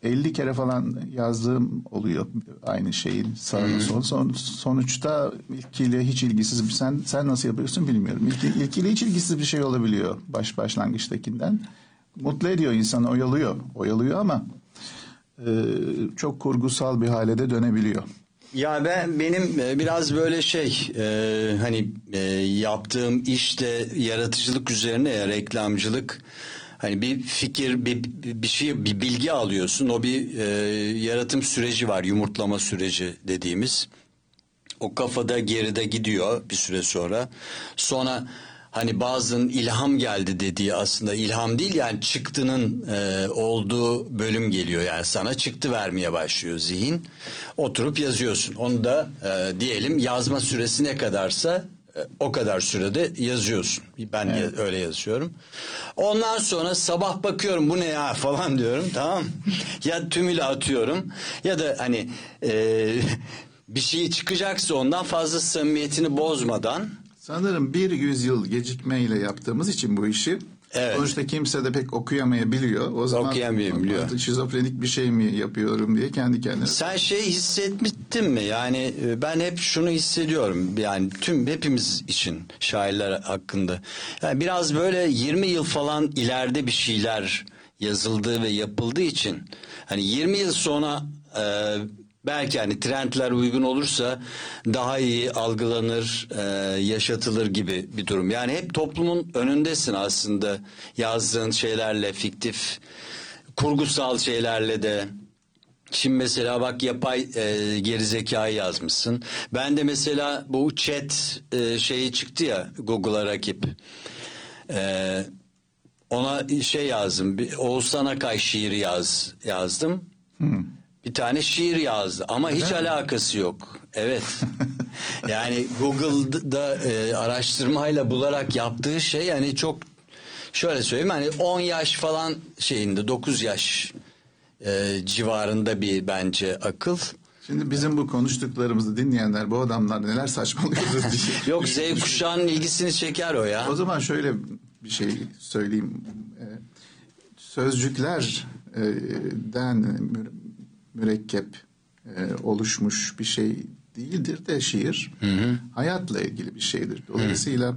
50 kere falan yazdığım oluyor aynı şeyin sağını solunu. Sonuçta ilkiyle hiç ilgisiz bir sen nasıl yapıyorsun bilmiyorum. İlkiyle hiç ilgisiz bir şey olabiliyor başlangıçtakinden. Mutlu ediyor insanı, oyalıyor ama çok kurgusal bir hale de dönebiliyor. Ya benim biraz böyle hani yaptığım işte yaratıcılık üzerine ya reklamcılık. Hani bir fikir, bir şey, bir bilgi alıyorsun. O bir yaratım süreci var, yumurtlama süreci dediğimiz. O kafada geride gidiyor bir süre sonra. Sonra hani bazının ilham geldi dediği aslında ilham değil, yani çıktının olduğu bölüm geliyor. Yani sana çıktı vermeye başlıyor zihin. Oturup yazıyorsun. Onu da diyelim yazma süresi ne kadarsa o kadar sürede yazıyorsun. Ben Evet. öyle yazıyorum. Ondan sonra sabah bakıyorum bu ne ya falan diyorum, tamam. Ya tümüyle atıyorum ya da hani bir şey çıkacaksa ondan fazla samimiyetini bozmadan. Sanırım bir yüzyıl gecikmeyle yaptığımız için bu işi, Evet. sonuçta kimse de pek okuyamayabiliyor. O zaman Okuyamayabiliyor. şizofrenik bir şey mi yapıyorum diye kendi kendine. Sen hissettin mi? Yani ben hep şunu hissediyorum. Yani hepimiz için şairler hakkında. Yani biraz böyle 20 yıl falan ileride bir şeyler yazıldığı ve yapıldığı için hani 20 yıl sonra belki hani trendler uygun olursa daha iyi algılanır, yaşatılır gibi bir durum. Yani hep toplumun önündesin aslında yazdığın şeylerle, fiktif, kurgusal şeylerle de. Şimdi mesela bak yapay gerizekayı yazmışsın. Ben de mesela bu chat şeyi çıktı ya, Google'a rakip. Ona yazdım. Oğuzhan Akay şiiri yazdım. Bir tane şiir yazdı ama hiç alakası yok. Evet. Yani Google'da araştırmayla bularak yaptığı şey, yani çok, şöyle söyleyeyim, hani 10 yaş falan 9 yaş civarında bir bence akıl. Şimdi bizim bu konuştuklarımızı dinleyenler, bu adamlar neler saçmalıyoruz diye. Yok, Z kuşağının ilgisini çeker o ya. O zaman şöyle bir şey söyleyeyim. Sözcüklerden mürekkep oluşmuş bir şey değildir de şiir. Hayatla ilgili bir şeydir. Dolayısıyla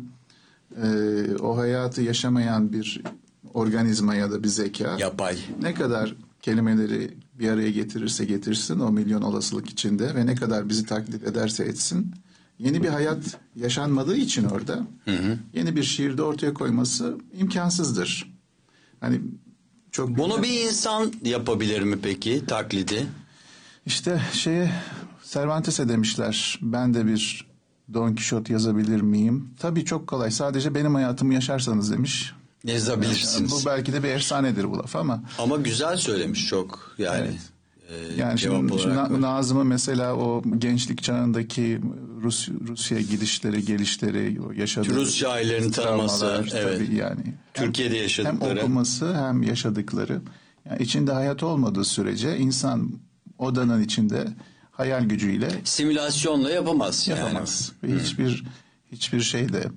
o hayatı yaşamayan bir organizma ya da bir zeka, Yapay. ne kadar kelimeleri bir araya getirirse getirsin o milyon olasılık içinde ve ne kadar bizi taklit ederse etsin, yeni bir hayat yaşanmadığı için orada yeni bir şiirde ortaya koyması imkansızdır. Hani çok Bunu bir insan yapabilir mi peki, taklidi? işte Cervantes'e demişler, ben de bir Don Quixote yazabilir miyim? Tabii çok kolay, sadece benim hayatımı yaşarsanız demiş. Yazabilirsiniz. Bu belki de bir efsanedir bu laf ama. Ama güzel söylemiş çok yani. Evet. Yani cevap şimdi olarak. Nazım'ın mesela o gençlik çağındaki Rusya gidişleri, gelişleri, o yaşadığı Rus şairlerini tanıması, travmalar, evet. tabii yani. Türkiye'de yaşadıkları. Hem okuması hem yaşadıkları. Yani içinde hayat olmadığı sürece insan odanın içinde hayal gücüyle Simülasyonla yapamaz. yapamaz. Ve hiçbir şey de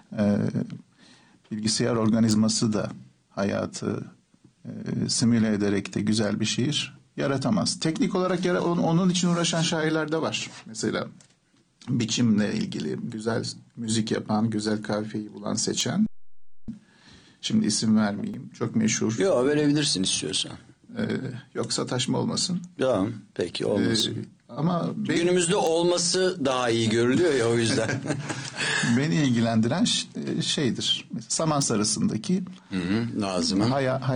bilgisayar organizması da hayatı simüle ederek de güzel bir şiir yaratamaz. Teknik olarak onun için uğraşan şairler de var. Mesela biçimle ilgili güzel müzik yapan, güzel kafiyeyi bulan, seçen. Şimdi isim vermeyeyim. Çok meşhur. Yok, verebilirsin istiyorsan. Yoksa taşma olmasın. Tamam, peki, olmasın. Ama Günümüzde olması daha iyi görülüyor ya, o yüzden. beni ilgilendiren şeydir. Mesela Saman Sarısı'ndaki Nazım'ın.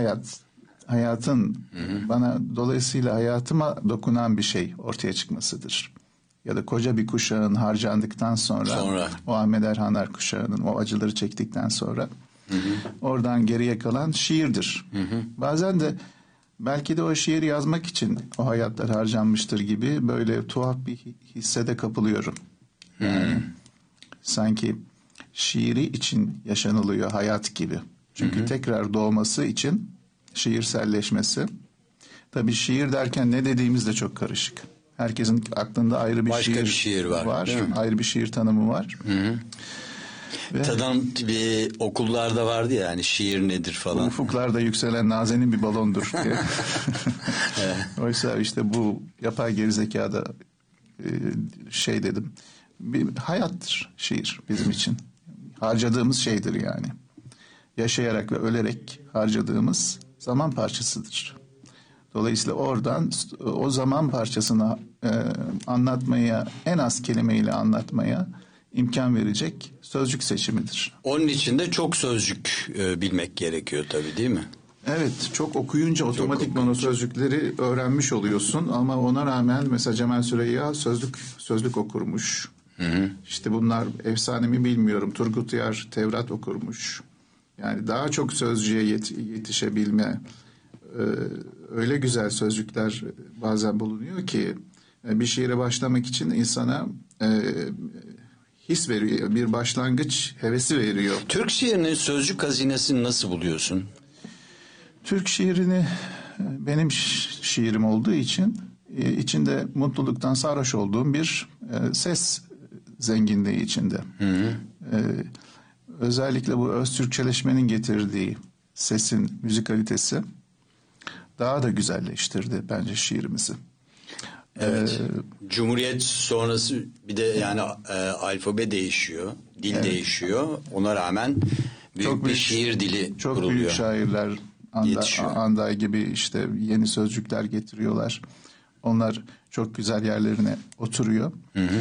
hayatın bana, dolayısıyla hayatıma dokunan bir şey ortaya çıkmasıdır. Ya da koca bir kuşağın harcandıktan sonra. O Ahmet Erhaner kuşağının o acıları çektikten sonra oradan geriye kalan şiirdir. Bazen de belki de o şiiri yazmak için o hayatlar harcanmıştır gibi böyle tuhaf bir hisse de kapılıyorum. Yani sanki şiiri için yaşanılıyor hayat gibi. Çünkü tekrar doğması için şiirselleşmesi. Tabii şiir derken ne dediğimiz de çok karışık. Herkesin aklında ayrı bir Başka şiir bir şiir var, değil mi? Ayrı bir şiir tanımı var. Tadan bir okullarda vardı ya hani şiir nedir falan. Ufuklarda yükselen nazenin bir balondur diye. Oysa işte bu yapay gerizekada şey dedim. Bir hayattır şiir bizim için. Harcadığımız şeydir yani. Yaşayarak ve ölerek harcadığımız zaman parçasıdır. Dolayısıyla oradan o zaman parçasını anlatmaya, en az kelimeyle anlatmaya imkan verecek sözcük seçimidir. Onun için de çok sözcük bilmek gerekiyor tabii, değil mi? Evet, çok okuyunca otomatikman o sözcükleri öğrenmiş oluyorsun ama ona rağmen mesela Cemal Süreyya sözlük okurmuş. Hı. İşte bunlar efsane mi bilmiyorum. Turgut Uyar Tevrat okurmuş. Yani daha çok sözcüğe yetişebilme, öyle güzel sözcükler bazen bulunuyor ki bir şiire başlamak için insana his veriyor, bir başlangıç hevesi veriyor. Türk şiirinin sözcük hazinesini nasıl buluyorsun? Türk şiirini benim şiirim olduğu için içinde mutluluktan sarhoş olduğum bir ses zenginliği içinde. Hı hı. Özellikle bu Öztürkçeleşmenin getirdiği sesin müzikalitesi daha da güzelleştirdi bence şiirimizi. Evet. Cumhuriyet sonrası bir de yani alfabe değişiyor, dil değişiyor. Ona rağmen büyük bir şiir dili çok kuruluyor. Çok büyük şairler Anday gibi işte yeni sözcükler getiriyorlar. Onlar çok güzel yerlerine oturuyor. Hı hı.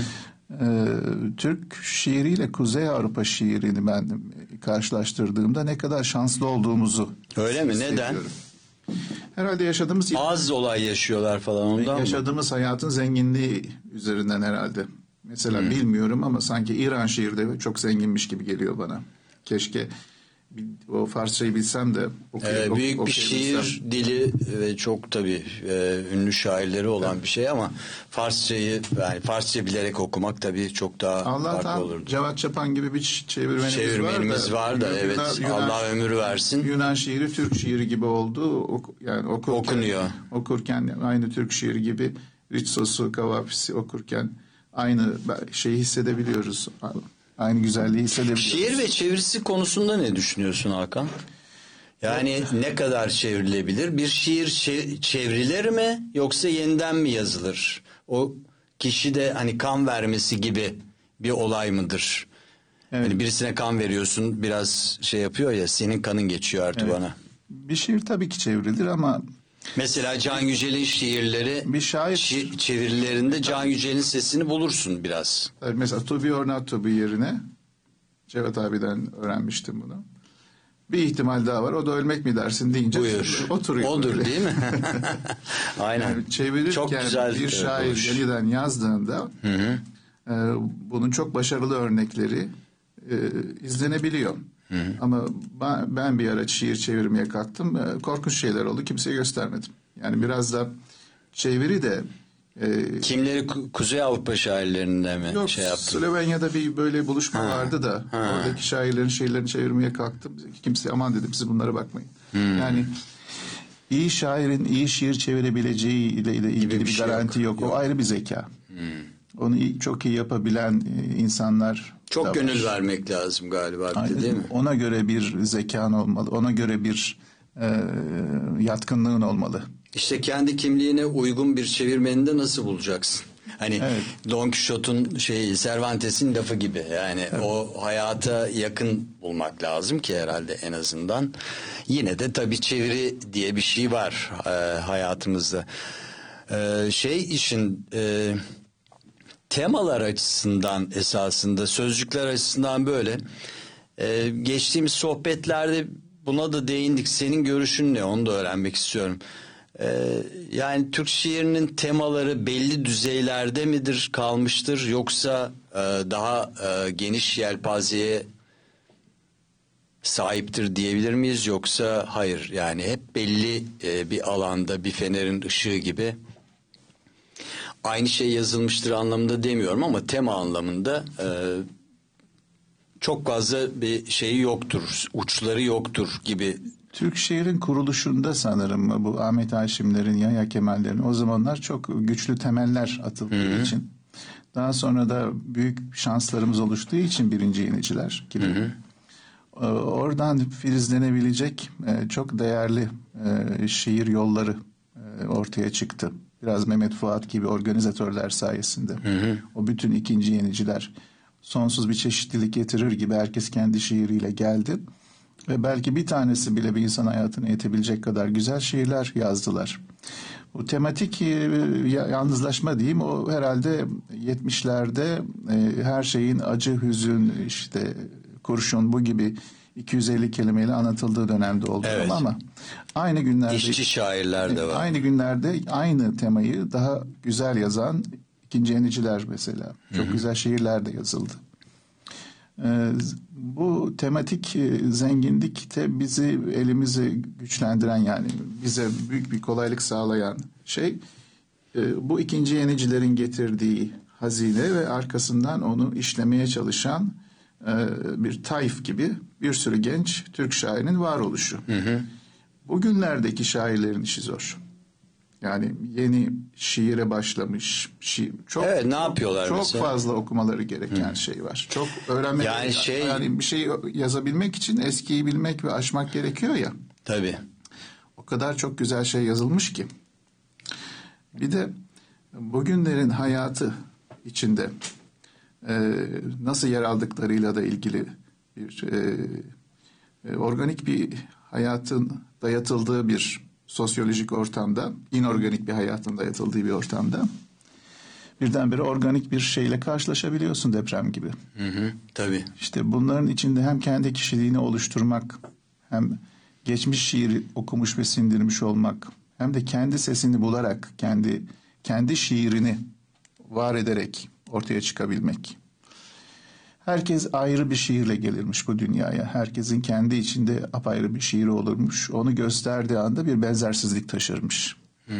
Türk şiiriyle Kuzey Avrupa şiirini ben karşılaştırdığımda ne kadar şanslı olduğumuzu öyle mi? Neden? Herhalde yaşadığımız az olay yaşıyorlar falan ondan yaşadığımız hayatın zenginliği üzerinden herhalde. Mesela bilmiyorum ama sanki İran şiiri de çok zenginmiş gibi geliyor bana. Keşke o Farsçayı bilsem de büyük bir şiir dili ve çok tabii ünlü şairleri olan bir şey ama Farsçayı yani Farsça bilerek okumak tabii çok daha farklı olurdu. Cevat Çapan gibi bir çevirmenimiz var da evet. Allah ömür versin. Yunan şiiri Türk şiiri gibi oldu. Yani okurken aynı Türk şiiri gibi Ritsosu, Kavafis'i okurken aynı şeyi hissedebiliyoruz. Aynı güzelliği hissedebiliyoruz. Şiir ve çevirisi konusunda ne düşünüyorsun Hakan? Yani ne kadar çevrilebilir? Bir şiir çevrilir mi yoksa yeniden mi yazılır? O kişi de hani kan vermesi gibi bir olay mıdır? Evet. Hani birisine kan veriyorsun biraz şey yapıyor ya senin kanın geçiyor artık bana. Bir şiir tabii ki çevrilir ama mesela Can Yücel'in şiirleri bir şair çevirilerinde Can Yücel'in sesini bulursun biraz. Mesela To Be or Not To Be yerine Cevat abiden öğrenmiştim bunu. Bir ihtimal daha var. O da ölmek mi dersin deyince oturuyor. Odur böyle. Değil mi? Aynen. Yani çevirirken çok güzel, bir şair yeniden yazdığında bunun çok başarılı örnekleri izlenebiliyor. Hı-hı. Ama ben bir ara şiir çevirmeye kalktım. Korkunç şeyler oldu. Kimseye göstermedim. Yani biraz da çeviri de kimleri Kuzey Avrupa şairlerinde mi yok, şey yaptın? Slovenya'da bir böyle buluşma vardı da oradaki şairlerin şeylerini çevirmeye kalktım. Kimse aman dedim siz bunlara bakmayın. Yani iyi şairin iyi şiir çevirebileceği ile ilgili bir garanti yok. O ayrı bir zeka. Onu çok iyi yapabilen insanlar çok gönül vermek lazım galiba değil mi? Ona göre bir zekan olmalı. Ona göre bir yatkınlığın olmalı. İşte kendi kimliğine uygun bir çevirmeni de nasıl bulacaksın? Hani Don Quixote'un Cervantes'in lafı gibi. Yani o hayata yakın bulmak lazım ki herhalde en azından. Yine de tabii çeviri diye bir şey var hayatımızda. Temalar açısından esasında sözcükler açısından böyle. Geçtiğimiz sohbetlerde buna da değindik. Senin görüşün ne? Onu da öğrenmek istiyorum. Yani Türk şiirinin temaları belli düzeylerde midir kalmıştır yoksa daha geniş yelpazeye sahiptir diyebilir miyiz yoksa hayır yani hep belli bir alanda bir fenerin ışığı gibi aynı şey yazılmıştır anlamında demiyorum ama tema anlamında çok fazla bir şeyi yoktur, uçları yoktur gibi. Türk şiirin kuruluşunda sanırım bu Ahmet Haşimlerin, Yahya Kemallerin o zamanlar çok güçlü temeller atıldığı için Daha sonra da büyük şanslarımız oluştuğu için birinci yeniciler gibi. Oradan filizlenebilecek çok değerli şiir yolları ortaya çıktı. Biraz Mehmet Fuat gibi organizatörler sayesinde. O bütün ikinci yeniciler sonsuz bir çeşitlilik getirir gibi herkes kendi şiiriyle geldi. Ve belki bir tanesi bile bir insan hayatını eğitebilecek kadar güzel şiirler yazdılar. Bu tematik yalnızlaşma diyeyim, o herhalde 70'lerde her şeyin acı, hüzün, işte kurşun bu gibi 250 kelimeyle anlatıldığı dönemde oldu. Evet. Ama aynı günlerde İşçi şairler de var. Aynı günlerde aynı temayı daha güzel yazan ikinci yeniciler mesela. Çok güzel şiirler de yazıldı. Bu tematik zenginlik de bizi, elimizi güçlendiren, yani bize büyük bir kolaylık sağlayan şey bu ikinci yenicilerin getirdiği hazine ve arkasından onu işlemeye çalışan bir tayf gibi bir sürü genç Türk şairinin varoluşu. Bugünlerdeki şairlerin işi zor. Yani yeni şiire başlamış, çok Evet, ne yapıyorlar çok mesela? fazla okumaları gereken şey var. Çok öğrenmek, yani bir şey yazabilmek için eskiyi bilmek ve aşmak gerekiyor ya. Tabii. O kadar çok güzel şey yazılmış ki. Bir de bugünlerin hayatı içinde nasıl yer aldıklarıyla da ilgili bir organik bir hayatın dayatıldığı bir sosyolojik ortamda, inorganik bir hayatın dayatıldığı bir ortamda birdenbire organik bir şeyle karşılaşabiliyorsun, deprem gibi. Tabii. İşte bunların içinde hem kendi kişiliğini oluşturmak, hem geçmiş şiiri okumuş ve sindirmiş olmak, hem de kendi sesini bularak, kendi şiirini var ederek ortaya çıkabilmek. Herkes ayrı bir şiirle gelirmiş bu dünyaya. Herkesin kendi içinde apayrı bir şiiri olurmuş. Onu gösterdiği anda bir benzersizlik taşırmış.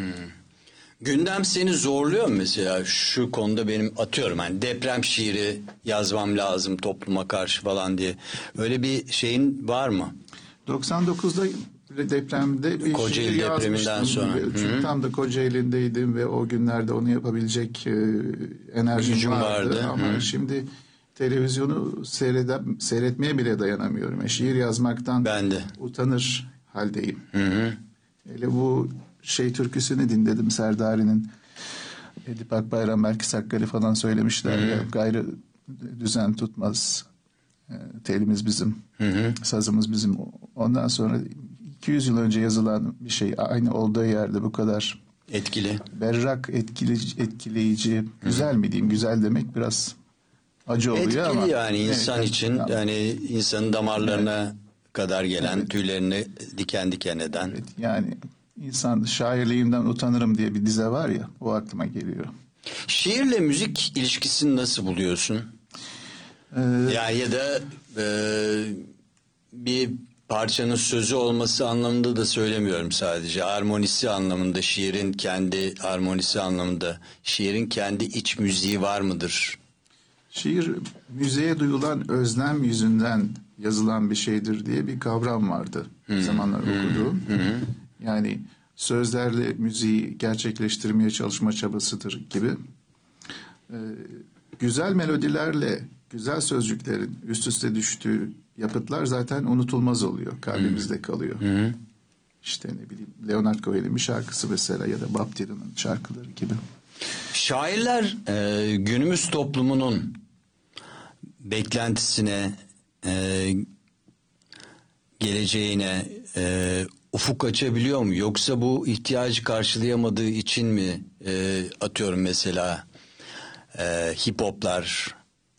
Gündem seni zorluyor mu mesela şu konuda? Benim atıyorum hani deprem şiiri yazmam lazım topluma karşı falan diye. Öyle bir şeyin var mı? 99'da depremde bir Kocaeli şiir depreminden yazmıştım. sonra. Çünkü tam da Kocaeli'ndeydim ve o günlerde onu yapabilecek enerjim Gücüm vardı. vardı. Ama şimdi televizyonu seyretmeye bile dayanamıyorum. Şiir yazmaktan Ben de. utanır haldeyim. Hele bu türküsünü dinledim, Serdari'nin. Edip Akbayram, Belkıs Hakkari falan söylemişler ya, gayrı düzen tutmaz. Telimiz bizim, sazımız bizim. Ondan sonra 200 yıl önce yazılan bir şey aynı olduğu yerde bu kadar Etkili. berrak, etkileyici, güzel mi diyeyim? Güzel demek biraz acı oluyor Etkili ama. yani insan Evet, için, yani insanın damarlarına kadar gelen, tüylerini diken diken eden. Evet, yani insan, şairliğimden utanırım diye bir dize var ya, o aklıma geliyor. Şiirle müzik ilişkisini nasıl buluyorsun? Yani ya da bir parçanın sözü olması anlamında da söylemiyorum sadece. Armonisi anlamında, şiirin kendi armonisi anlamında. Şiirin kendi iç müziği var mıdır? Şiir müziğe duyulan özlem yüzünden yazılan bir şeydir diye bir kavram vardı. Bir zamanlar okuduğum. Yani sözlerle müziği gerçekleştirmeye çalışma çabasıdır gibi. Güzel melodilerle güzel sözcüklerin üst üste düştüğü yapıtlar zaten unutulmaz oluyor. Kalbimizde kalıyor. İşte ne bileyim, Leonard Cohen'in bir şarkısı mesela ya da Bob Dylan'ın şarkıları gibi. Şairler günümüz toplumunun beklentisine, geleceğine ufuk açabiliyor mu? Yoksa bu ihtiyacı karşılayamadığı için mi atıyorum mesela hip hoplar,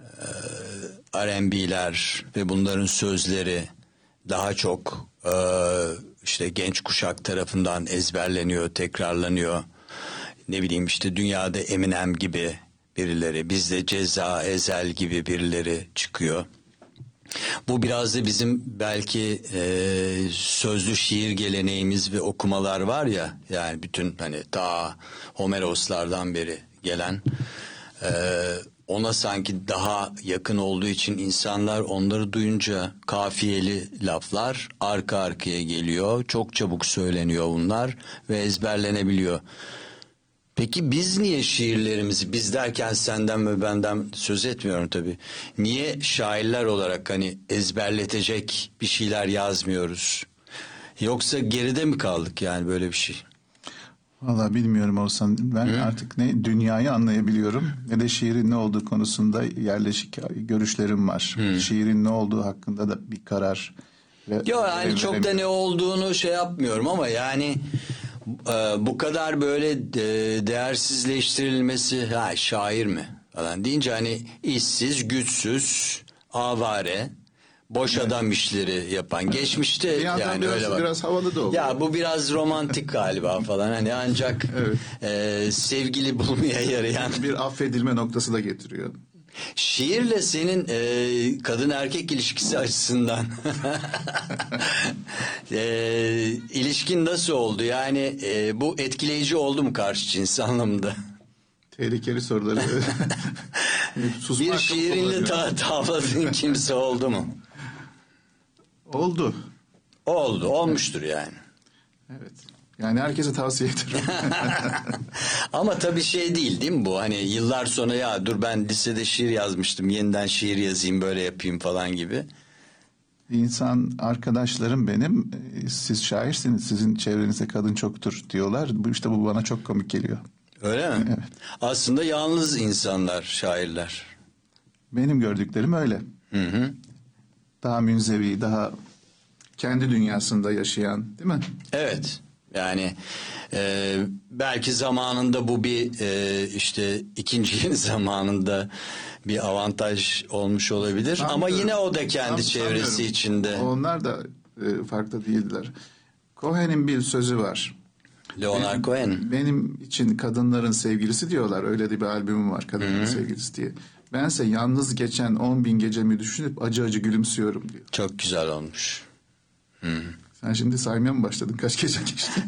R&B'ler ve bunların sözleri daha çok işte genç kuşak tarafından ezberleniyor, tekrarlanıyor. Ne bileyim işte dünyada Eminem gibi birileri, bizde Ceza, Ezel gibi birileri çıkıyor. Bu biraz da bizim belki sözlü şiir geleneğimiz ve okumalar var ya, yani bütün hani ta Homeroslardan beri gelen ona sanki daha yakın olduğu için insanlar onları duyunca kafiyeli laflar arka arkaya geliyor. Çok çabuk söyleniyor bunlar ve ezberlenebiliyor. Peki biz niye şiirlerimizi, biz derken senden ve benden söz etmiyorum tabii. Niye şairler olarak hani ezberletecek bir şeyler yazmıyoruz? Yoksa geride mi kaldık yani böyle bir şey? Valla bilmiyorum olsan ben artık ne dünyayı anlayabiliyorum ne de şiirin ne olduğu konusunda yerleşik görüşlerim var. Şiirin ne olduğu hakkında da bir karar. Yok yani çok da ne olduğunu şey yapmıyorum ama yani bu kadar böyle değersizleştirilmesi şair mi falan deyince hani işsiz, güçsüz, avare, boş adam işleri yapan geçmişte yani biraz, öyle var. biraz havalı da oldu. Ya bu biraz romantik galiba falan hani ancak sevgili bulmaya yarayan. Bir affedilme noktası da getiriyor. Şiirle senin kadın erkek ilişkisi açısından ilişkin nasıl oldu? Yani bu etkileyici oldu mu karşı cins anlamında? Tehlikeli soruları. Bir şiirinle tavladığın kimse oldu mu? Oldu. Olmuştur yani. Evet. Yani herkese tavsiye ederim. Ama tabii şey değil mi bu? Hani yıllar sonra ya dur ben lisede şiir yazmıştım. Yeniden şiir yazayım böyle yapayım falan gibi. İnsan arkadaşlarım benim siz şairsiniz sizin çevrenizde kadın çoktur diyorlar. Bu bana çok komik geliyor. Öyle mi? Evet. Aslında yalnız insanlar şairler. Benim gördüklerim öyle. Hı. Daha münzevi, daha kendi dünyasında yaşayan, değil mi? Evet. Yani belki zamanında bu bir işte ikinci yeni zamanında bir avantaj olmuş olabilir. Ama yine o da kendi çevresi içinde. Onlar da farklı değildiler. Cohen'in bir sözü var. Leonard Cohen. Benim için kadınların sevgilisi diyorlar. Öyle de bir albümüm var kadınların sevgilisi diye. Bense yalnız geçen 10.000 gecemi düşünüp acı acı gülümsüyorum diyor. Çok güzel olmuş. Sen şimdi saymaya mı başladın? Kaç gece geçti?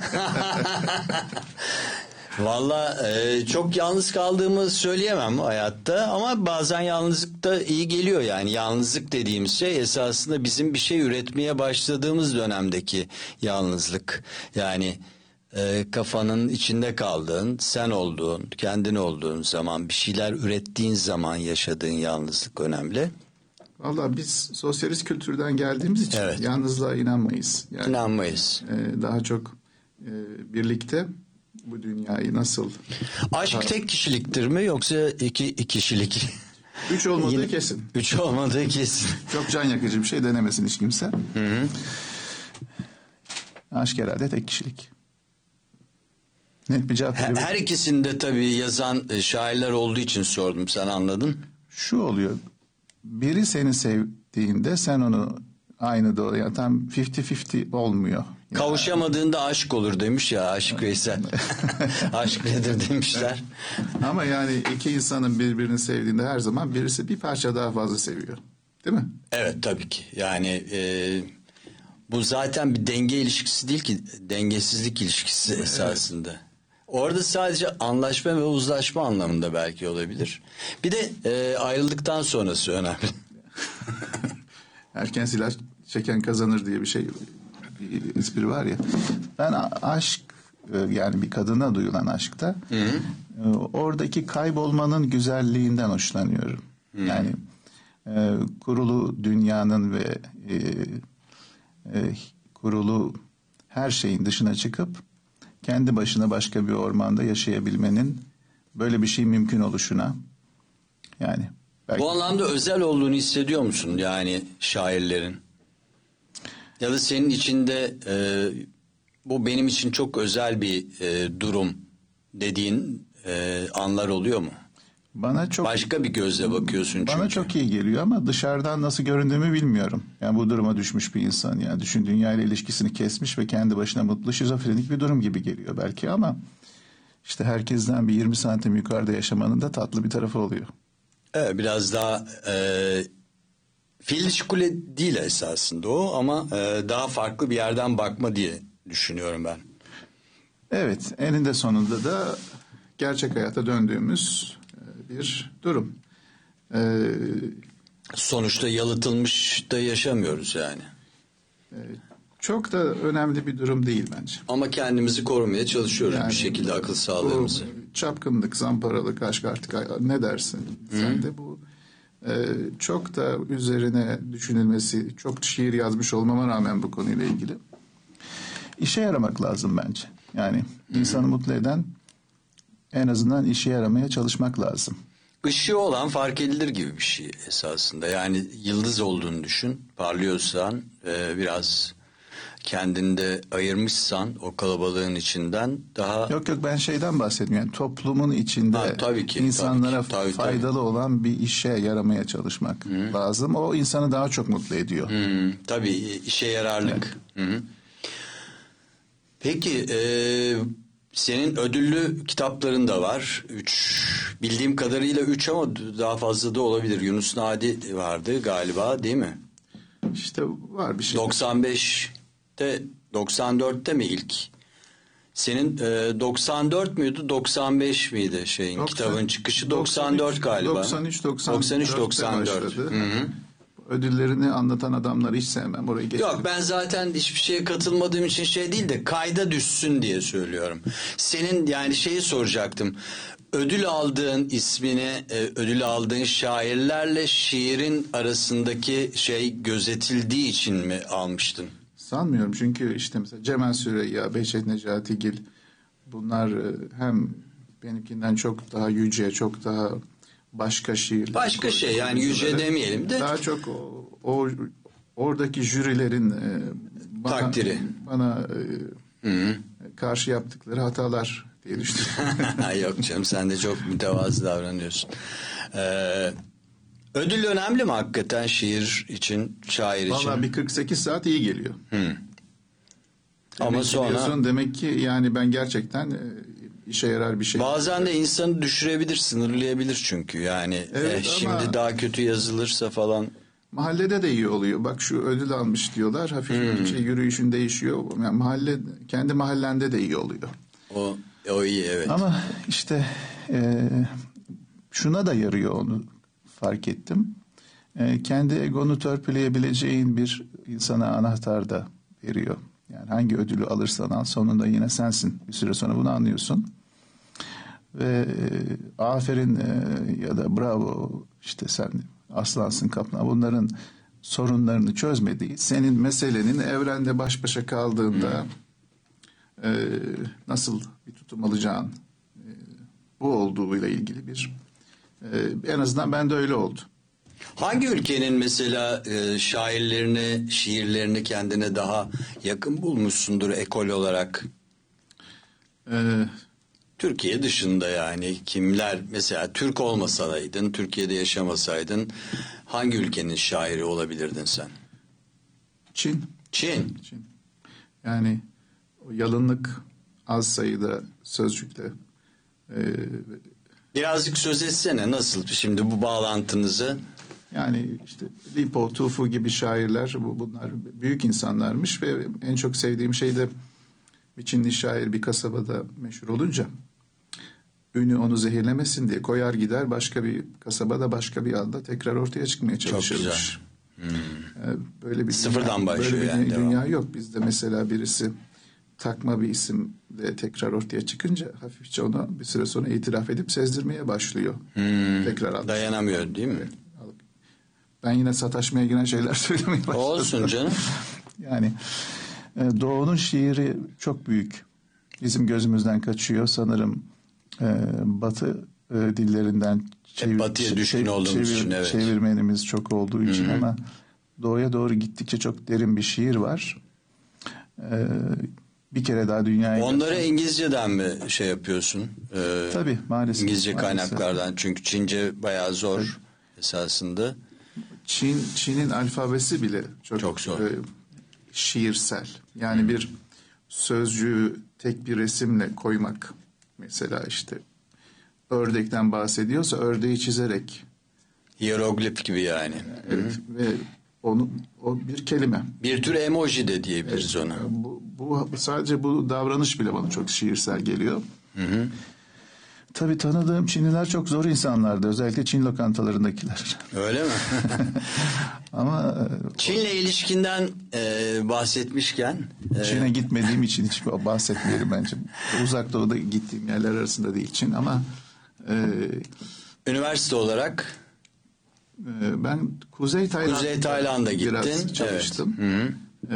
Valla çok yalnız kaldığımı söyleyemem hayatta ama bazen yalnızlık da iyi geliyor yani. Yalnızlık dediğimiz şey esasında bizim bir şey üretmeye başladığımız dönemdeki yalnızlık. Yani kafanın içinde kaldığın, sen olduğun, kendin olduğun zaman, bir şeyler ürettiğin zaman yaşadığın yalnızlık önemli. Valla biz sosyalist kültürden geldiğimiz için yalnızlığa inanmayız. Yani, İnanmayız. Daha çok birlikte bu dünyayı nasıl... Aşk tek kişiliktir mi yoksa iki kişilik? 3 olmadığı kesin. 3 olmadığı kesin. Çok can yakıcı bir şey denemesin hiç kimse. Aşk herhalde tek kişilik. Net bir cevap veriyorum. Her ikisinde tabii yazan şairler olduğu için sordum, sen anladın. Şu oluyor. Biri seni sevdiğinde sen onu aynı doğru yani tam 50-50 olmuyor. Kavuşamadığında aşk olur demiş ya Aşık Veysel. Aşk nedir demişler. Ama yani iki insanın birbirini sevdiğinde her zaman birisi bir parça daha fazla seviyor. Değil mi? Evet tabii ki. Yani bu zaten bir denge ilişkisi değil ki, dengesizlik ilişkisi esasında. Evet. Orada sadece anlaşma ve uzlaşma anlamında belki olabilir. Bir de ayrıldıktan sonrası önemli. Erken silah çeken kazanır diye bir espri var ya. Ben aşk yani bir kadına duyulan aşkta oradaki kaybolmanın güzelliğinden hoşlanıyorum. Yani kurulu dünyanın ve kurulu her şeyin dışına çıkıp kendi başına başka bir ormanda yaşayabilmenin böyle bir şey mümkün oluşuna yani. Belki... Bu anlamda özel olduğunu hissediyor musun yani şairlerin? Ya da senin içinde bu benim için çok özel bir durum dediğin anlar oluyor mu? Bana çok başka bir gözle bakıyorsun çünkü. Bana çok iyi geliyor ama dışarıdan nasıl göründüğümü bilmiyorum. Yani bu duruma düşmüş bir insan yani düşün dünyayla ilişkisini kesmiş ve kendi başına mutlu şizofrenik bir durum gibi geliyor belki ama işte herkesten bir 20 santim yukarıda yaşamanın da tatlı bir tarafı oluyor. Evet biraz daha fil dişi kule değil esasında o ama daha farklı bir yerden bakma diye düşünüyorum ben. Evet eninde sonunda da gerçek hayata döndüğümüz bir durum. Sonuçta yalıtılmış da yaşamıyoruz yani. Çok da önemli bir durum değil bence. Ama kendimizi korumaya çalışıyoruz Yani bir şekilde, akıl sağlığımızı. Bu çapkınlık, zamparalık, aşk artık ne dersin? Sen de bu çok da üzerine düşünülmesi, çok şiir yazmış olmama rağmen bu konuyla ilgili işe yaramak lazım bence. Yani insanı mutlu eden en azından işe yaramaya çalışmak lazım. Işığı olan fark edilir gibi bir şey esasında. Yani yıldız olduğunu düşün. Parlıyorsan biraz kendinde ayırmışsan o kalabalığın içinden daha... Yok ben şeyden bahsediyorum. Yani toplumun içinde tabii ki, insanlara tabii ki. faydalı olan bir işe yaramaya çalışmak lazım. O insanı daha çok mutlu ediyor. Tabii işe yararlık. Hı. Peki senin ödüllü kitapların da var. 3 bildiğim kadarıyla 3 ama daha fazla da olabilir. Yunus Nadi vardı galiba, değil mi? İşte var bir şey. 95'te 94'te mi ilk? Senin 94 müydü 95 miydi kitabın çıkışı? 94 galiba. 93-94. Ödüllerini anlatan adamları hiç sevmem. Orayı geçelim. Yok, ben zaten hiçbir şeye katılmadığım için değil de kayda düşsün diye söylüyorum. Senin yani soracaktım. Ödül aldığın ismini, ödül aldığın şairlerle şiirin arasındaki gözetildiği için mi almıştın? Sanmıyorum, çünkü işte mesela Cemal Süreyya, Behçet Necatigil, bunlar hem benimkinden çok daha yüce, çok daha başka şiirler. Başka yani yüce demeyelim de. Daha çok oradaki jürilerin takdiri. Bana karşı yaptıkları hatalar diye düşünüyorum. Yok canım, sen de çok mütevazı davranıyorsun. Ödül önemli mi hakikaten şiir için, şair için? Vallahi bir 48 saat iyi geliyor. Ama sonra... Demek ki yani ben gerçekten işe yarar bir şey. Bazen de insanı düşürebilir, sınırlayabilir çünkü yani. Evet, şimdi daha kötü yazılırsa falan. Mahallede de iyi oluyor. Bak şu ödül almış diyorlar. Hafif yürüyüşün değişiyor. Yani kendi mahallende de iyi oluyor. O iyi, evet. Ama işte şuna da yarıyor, onu fark ettim. Kendi egonu törpüleyebileceğin bir insana anahtar da veriyor. Yani hangi ödülü alırsan al, sonunda yine sensin. Bir süre sonra bunu anlıyorsun. Ve aferin ya da bravo, işte sen aslansın, kaplan, bunların sorunlarını çözmediği, senin meselenin evrende baş başa kaldığında nasıl bir tutum alacağın bu olduğuyla ilgili bir en azından bende öyle oldu. Hangi ülkenin mesela şairlerini, şiirlerini kendine daha yakın bulmuşsundur ekol olarak? Türkiye dışında yani kimler, mesela Türk olmasaydın, Türkiye'de yaşamasaydın hangi ülkenin şairi olabilirdin sen? Çin. Yani o yalınlık, az sayıda sözcükle. Birazcık söz etsene, nasıl şimdi bu bağlantınızı? Yani işte Li Po, Tu Fu gibi şairler, bunlar büyük insanlarmış ve en çok sevdiğim şey de bir Çinli şair bir kasabada meşhur olunca ünü onu zehirlemesin diye koyar gider başka bir kasabada, başka bir anda tekrar ortaya çıkmaya çalışırmış. Çok güzel. Böyle bir sıfırdan başlıyor böyle bir yani, dünya yok. Bizde mesela birisi takma bir isimle tekrar ortaya çıkınca hafifçe onu bir süre sonra itiraf edip sezdirmeye başlıyor. Tekrar dayanamıyor değil mi? Ben yine sataşmaya giren şeyler söylemeye başladım. Olsun canım. Yani Doğu'nun şiiri çok büyük. Bizim gözümüzden kaçıyor sanırım. Batı dillerinden batıya düşkün olduğumuz için, evet. Çevirmenimiz çok olduğu için ama Doğu'ya doğru gittikçe çok derin bir şiir var. Bir kere daha dünyaya... Onları İngilizceden mi yapıyorsun? Tabii, maalesef. İngilizce kaynaklardan, çünkü Çince bayağı zor esasında. Çin'in alfabesi bile çok zor. Şiirsel. Yani bir sözcüğü tek bir resimle koymak, mesela işte ördekten bahsediyorsa ördeği çizerek. Hieroglif gibi yani. Evet. Ve o bir kelime. Bir tür emoji de diyebiliriz ona. Bu sadece bu davranış bile bana çok şiirsel geliyor. Tabii tanıdığım Çinliler çok zor insanlardı. Özellikle Çin lokantalarındakiler. Öyle mi? Ama Çin'le ilişkinden bahsetmişken. Çin'e gitmediğim için hiç bahsetmeyelim bence. Uzak Doğu'da gittiğim yerler arasında değil Çin ama Üniversite olarak ben Kuzey Tayland'a gittin. Biraz çalıştım. Evet.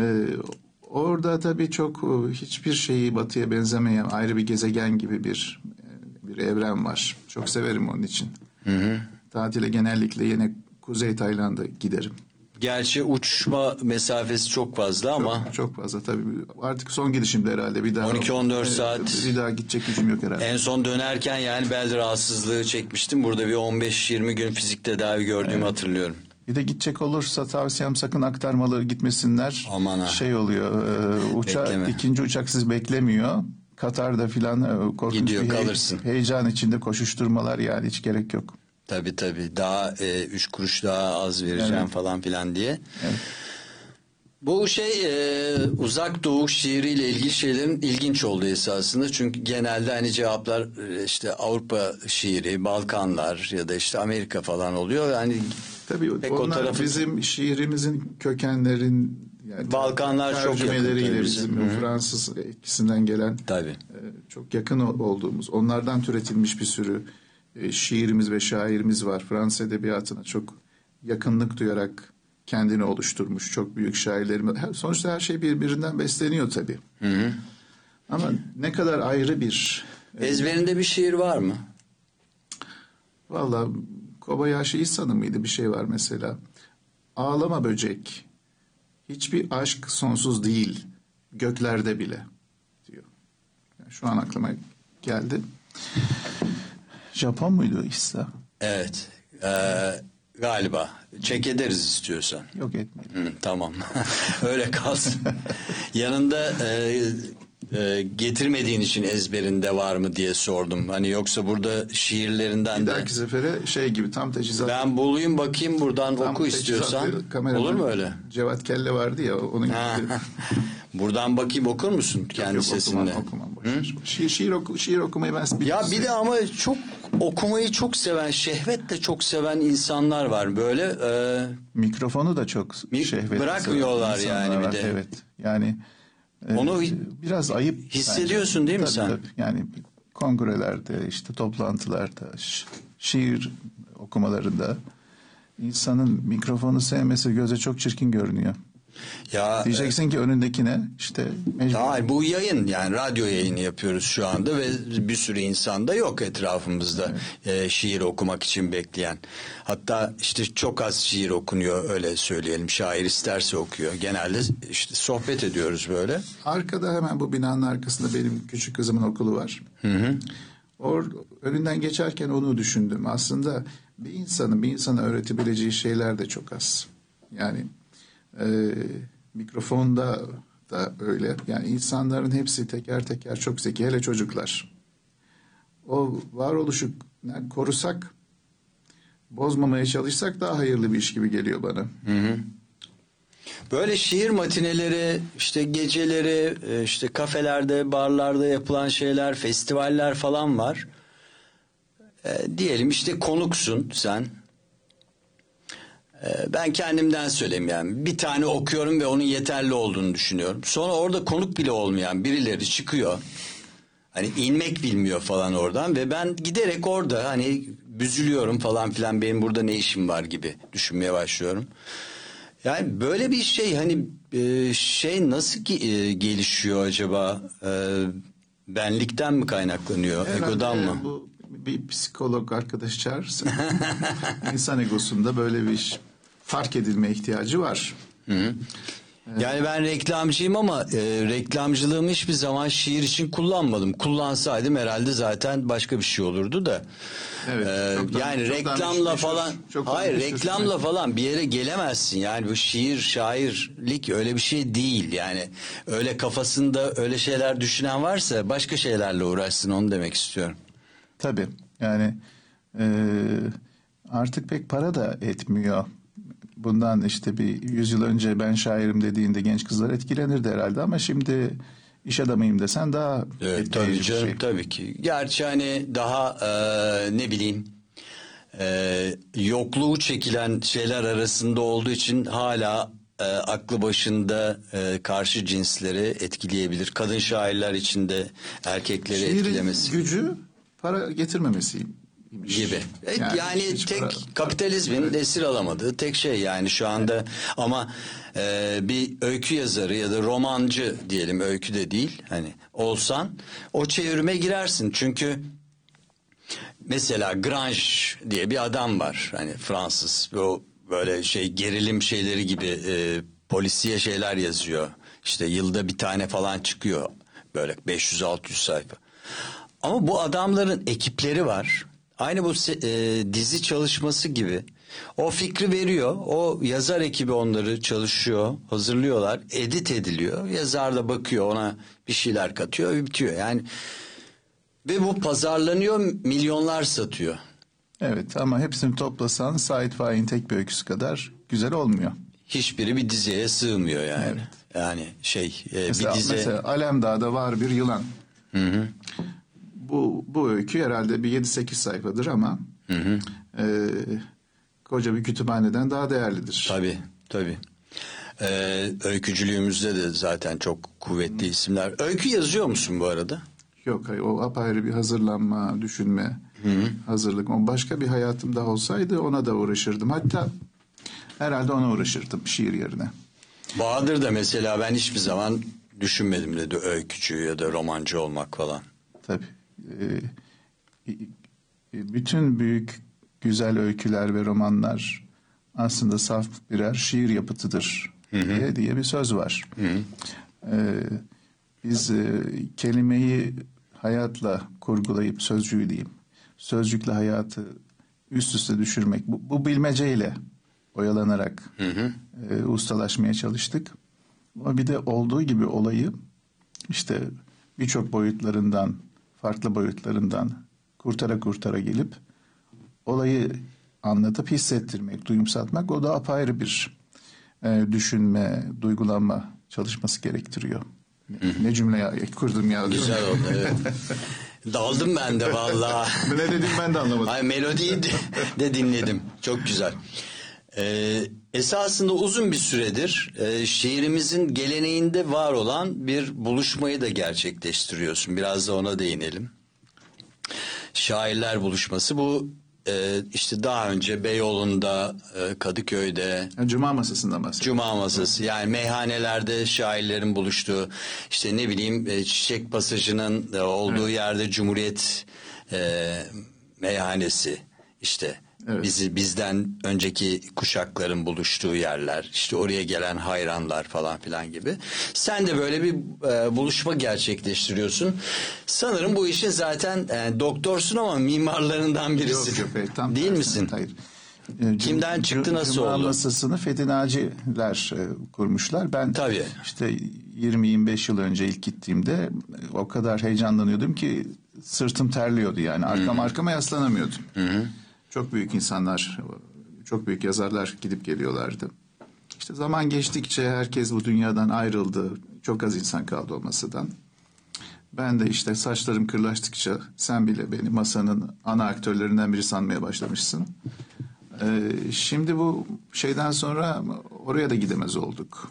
Orada tabii çok hiçbir şeyi batıya benzemeyen ayrı bir gezegen gibi bir evren var. Çok severim onun için. Tatile genellikle yine Kuzey Tayland'a giderim. Gerçi uçma mesafesi çok fazla ama. Çok fazla tabii. Artık son gidişimde herhalde. Bir daha 12-14 saat. Bir daha gidecek gücüm yok herhalde. En son dönerken yani bel rahatsızlığı çekmiştim. Burada bir 15-20 gün fizik tedavi gördüğümü hatırlıyorum. Bir de gidecek olursa tavsiyem sakın aktarmalı gitmesinler. Aman ha. Şey oluyor. İkinci uçak sizi beklemiyor. Katar'da filan korkunç Gidiyor, bir kalırsın. heyecan içinde koşuşturmalar yani hiç gerek yok. Tabii daha 3 kuruş daha az vereceğim falan filan diye. Evet. Bu uzak doğu şiiriyle ilgili şeylerin ilginç olduğu esasında. Çünkü genelde hani cevaplar işte Avrupa şiiri, Balkanlar ya da işte Amerika falan oluyor. Yani Tabii pek onlar o tarafı... bizim şiirimizin kökenlerin yani Balkanlar çok yakın tercümeleriyle bizim. bizim Fransız etkisinden gelen Tabii. çok yakın olduğumuz onlardan türetilmiş bir sürü şiirimiz ve şairimiz var. Fransız edebiyatına çok yakınlık duyarak kendini oluşturmuş çok büyük şairlerimiz. Sonuçta her şey birbirinden besleniyor tabii. Ama ne kadar ayrı bir... Ezberinde bir şiir var mı? Vallahi Kobayashi İsa'nın mıydı bir şey var mesela. Ağlama böcek. Hiçbir aşk sonsuz değil. Göklerde bile diyor. Yani şu an aklıma geldi. Japon muydu İsa? Evet. Galiba. Çek ederiz istiyorsan. Yok etmedim. Tamam. Öyle kalsın. Yanında getirmediğin için ezberinde var mı diye sordum. Hani yoksa burada şiirlerinden Bir de... dahaki sefere şey gibi tam teçhizat. Ben bulayım bakayım buradan tam oku teçhizat istiyorsan. kameraman Olur mu öyle? Cevat Kelle vardı ya onun gibi. Buradan bakayım okur musun kendi Yok, sesinle? okumam. Şiir okumayı ben Ya bir de ama çok okumayı çok seven, şehvetle çok seven insanlar var böyle. Mikrofonu da çok şehvetli. Bırakmıyorlar seven yani insanlar bir var. de. Evet. Yani Onu biraz ayıp. hissediyorsun bence. değil mi Tabii, sen? tabii. Yani kongrelerde, işte toplantılarda, şiir okumalarında insanın mikrofonu sevmesi göze çok çirkin görünüyor. Ya Diyeceksin ki önündekine işte mecbur. hayır, bu yayın yani radyo yayını yapıyoruz şu anda ve bir sürü insan da yok etrafımızda şiir okumak için bekleyen. Hatta işte çok az şiir okunuyor öyle söyleyelim. Şair isterse okuyor. Genelde işte sohbet ediyoruz böyle. Arkada hemen bu binanın arkasında benim küçük kızımın okulu var. Önünden geçerken onu düşündüm. Aslında bir insana öğretebileceği şeyler de çok az. Yani mikrofonda da öyle. Yani insanların hepsi teker teker çok zeki. Hele çocuklar. O varoluşu korusak, bozmamaya çalışsak daha hayırlı bir iş gibi geliyor bana. Böyle şiir matineleri, işte geceleri, işte kafelerde, barlarda yapılan şeyler, festivaller falan var. Diyelim işte konuksun sen. Ben kendimden söyleyeyim yani. Bir tane okuyorum ve onun yeterli olduğunu düşünüyorum. Sonra orada konuk bile olmayan birileri çıkıyor. Hani inmek bilmiyor falan oradan ve ben giderek orada hani büzülüyorum falan filan, benim burada ne işim var gibi düşünmeye başlıyorum. Yani böyle bir şey hani şey nasıl gelişiyor acaba? Benlikten mi kaynaklanıyor? Herhalde Egodan mı? Bu bir psikolog arkadaş çağırırsın. İnsan egosunda böyle bir fark edilme ihtiyacı var. Yani ben reklamcıyım ama reklamcılığımı hiçbir zaman şiir için kullanmadım. Kullansaydım herhalde zaten başka bir şey olurdu da. Evet, Yani reklamla falan, hayır reklamla falan bir yere gelemezsin. Yani bu şiir, şairlik öyle bir şey değil. Yani öyle kafasında öyle şeyler düşünen varsa başka şeylerle uğraşsın, onu demek istiyorum. Tabii yani artık pek para da etmiyor. Bundan işte bir 100 yıl önce ben şairim dediğinde genç kızlar etkilenirdi herhalde ama şimdi iş adamıyım desen daha Evet, tabii etkileyici bir canım, şey. tabii ki. Gerçi hani daha ne bileyim yokluğu çekilen şeyler arasında olduğu için hala aklı başında karşı cinsleri etkileyebilir. Kadın şairler için de erkekleri Şiirin etkilemesi gücü para getirmemesi gibi. Yani hiç tek para- kapitalizmin esir alamadığı tek şey yani şu anda ama bir öykü yazarı ya da romancı diyelim, öykü de değil hani olsan o çevirime girersin çünkü mesela Grange diye bir adam var hani Fransız, o böyle şey gerilim şeyleri gibi polisiye şeyler yazıyor, işte yılda bir tane falan çıkıyor böyle 500-600 sayfa. Ama bu adamların ekipleri var. Aynı bu dizi çalışması gibi. O fikri veriyor. O yazar ekibi onları çalışıyor, hazırlıyorlar, edit ediliyor. Yazar da bakıyor, ona bir şeyler katıyor ve bitiyor. Yani ve bu pazarlanıyor, milyonlar satıyor. Evet ama hepsini toplasan Sait Faik'in tek bir öyküsü kadar güzel olmuyor. Hiçbiri bir diziye sığmıyor yani. Evet. Yani Mesela, bir dizi. mesela Alemdağ'da var bir yılan. Bu öykü herhalde bir 7-8 sayfadır ama koca bir kütüphaneden daha değerlidir. Tabii, tabii. Öykücülüğümüzde de zaten çok kuvvetli isimler. Öykü yazıyor musun bu arada? Yok hayır, o apayrı bir hazırlanma, düşünme, hazırlık. O başka bir hayatım daha olsaydı ona da uğraşırdım. Hatta herhalde ona uğraşırdım şiir yerine. Bahadır da mesela ben hiçbir zaman düşünmedim dedi öykücü ya da romancı olmak falan. Tabii. Bütün büyük güzel öyküler ve romanlar aslında saf birer şiir yapıtıdır diye bir söz var. Biz kelimeyi hayatla kurgulayıp sözcüğü diyeyim, sözcükle hayatı üst üste düşürmek, bu bilmeceyle oyalanarak ustalaşmaya çalıştık. Ama bir de olduğu gibi olayı işte birçok boyutlarından, farklı boyutlarından kurtara gelip olayı anlatıp hissettirmek, duyumsatmak, o da apayrı bir düşünme, duygulanma çalışması gerektiriyor. Ne cümle kurdum ya. Güzel oldu, evet. Daldım ben de vallahi. Ne dedim ben de anlamadım. Ay, melodiyi de dinledim. Çok güzel. Esasında uzun bir süredir şiirimizin geleneğinde var olan bir buluşmayı da gerçekleştiriyorsun. Biraz da ona değinelim. Şairler buluşması bu, işte daha önce Beyoğlu'nda, Kadıköy'de, Cuma masasında bahsediyorum. Cuma masası, yani meyhanelerde şairlerin buluştuğu, işte ne bileyim Çiçek Pasajı'nın olduğu yerde Cumhuriyet meyhanesi, işte bizden önceki kuşakların buluştuğu yerler, işte oraya gelen hayranlar falan filan gibi. Sen de böyle bir buluşma gerçekleştiriyorsun. Sanırım bu işin zaten doktorsun ama mimarlarından birisin. Yok, tam değil tersi. misin? Hayır. Kimden çıktı, nasıl Cuma oldu? masasını Fethi Naciler kurmuşlar. Ben Tabii. işte 20-25 yıl önce ilk gittiğimde o kadar heyecanlanıyordum ki sırtım terliyordu yani. Arkama yaslanamıyordum. Çok büyük insanlar, çok büyük yazarlar gidip geliyorlardı. İşte zaman geçtikçe herkes bu dünyadan ayrıldı. Çok az insan kaldı o masadan. Ben de işte saçlarım kırlaştıkça sen bile beni masanın ana aktörlerinden biri sanmaya başlamışsın. Şimdi bu şeyden sonra oraya da gidemez olduk.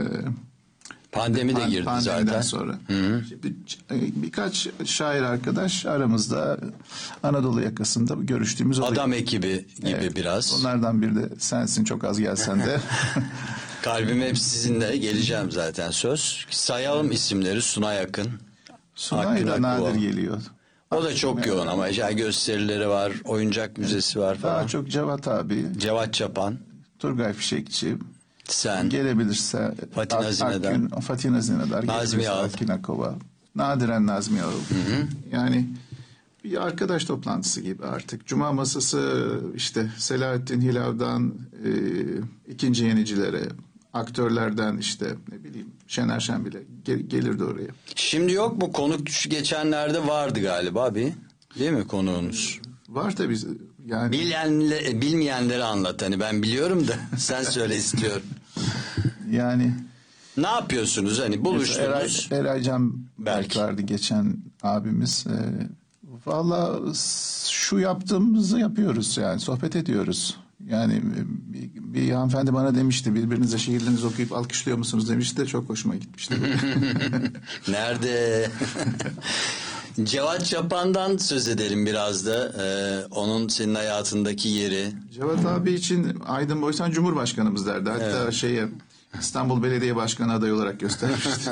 Pandemi de girdi Pandemiden zaten. sonra. Şimdi birkaç şair arkadaş aramızda Anadolu yakasında görüştüğümüz oluyor. Adam ekibi gibi biraz. Onlardan biri de sensin, çok az gelsen de. Kalbim hep sizinle, geleceğim zaten söz. Sayalım isimleri: Sunay Akın. Sunay Akgün da Akbuğ. nadir geliyor. O da çok yoğun ama yani gösterileri var, oyuncak müzesi var falan. Daha çok Cevat abi, Cevat Çapan, Turgay Fişekçi, sen, gelebilirse Fatih Nazinedar. Fatih Nazinedar, Nazmi Ağal. Akgün Akova, nadiren Nazmi Ağal. Yani bir arkadaş toplantısı gibi artık. Cuma masası işte Selahattin Hilal'dan ikinci yenicilere, aktörlerden işte ne bileyim Şener Şen bile gelirdi oraya. Şimdi yok mu? Konuk geçenlerde vardı galiba bir. Değil mi konuğunuz? Var tabii yani. Bilmeyenleri anlat, hani ben biliyorum da sen söyle istiyorum. Yani Ne yapıyorsunuz? Hani buluştunuz. Eraycan Belki. vardı geçen abimiz. Valla şu yaptığımızı yapıyoruz yani, sohbet ediyoruz. Yani bir hanımefendi bana demişti, birbirinize şiirlerinizi okuyup alkışlıyor musunuz demişti de çok hoşuma gitmişti. Nerede? Cevat Çapan'dan söz edelim biraz da. Onun senin hayatındaki yeri. Cevat abi için Aydın Boysan Cumhurbaşkanımız derdi. Hatta İstanbul Belediye Başkanı adayı olarak göstermişti.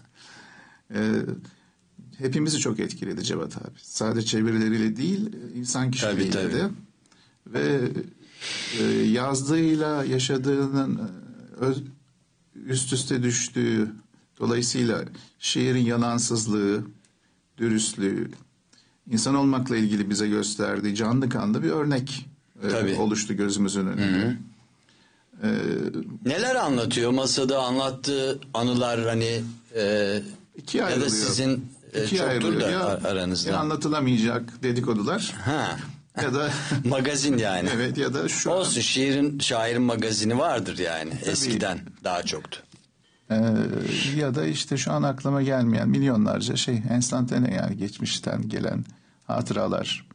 Hepimizi çok etkiledi Cevat abi. Sadece çevirileriyle değil, insan kişiliğiyle de. Ve yazdığıyla yaşadığının üst üste düştüğü, dolayısıyla şiirin yalansızlığı, dürüstlüğü, insan olmakla ilgili bize gösterdiği canlı kanlı bir örnek oluştu gözümüzün önünde. Neler anlatıyor masada, anlattığı anılar hani ikiye ya ayrılıyor. da sizin çoktur da aranızda. Ya anlatılamayacak dedikodular ya da magazin yani. Evet, ya da şu olsun şairin magazini vardır yani. Tabii. Eskiden daha çoktu. Ya da işte şu an aklıma gelmeyen milyonlarca enstantane, yani geçmişten gelen hatıralar.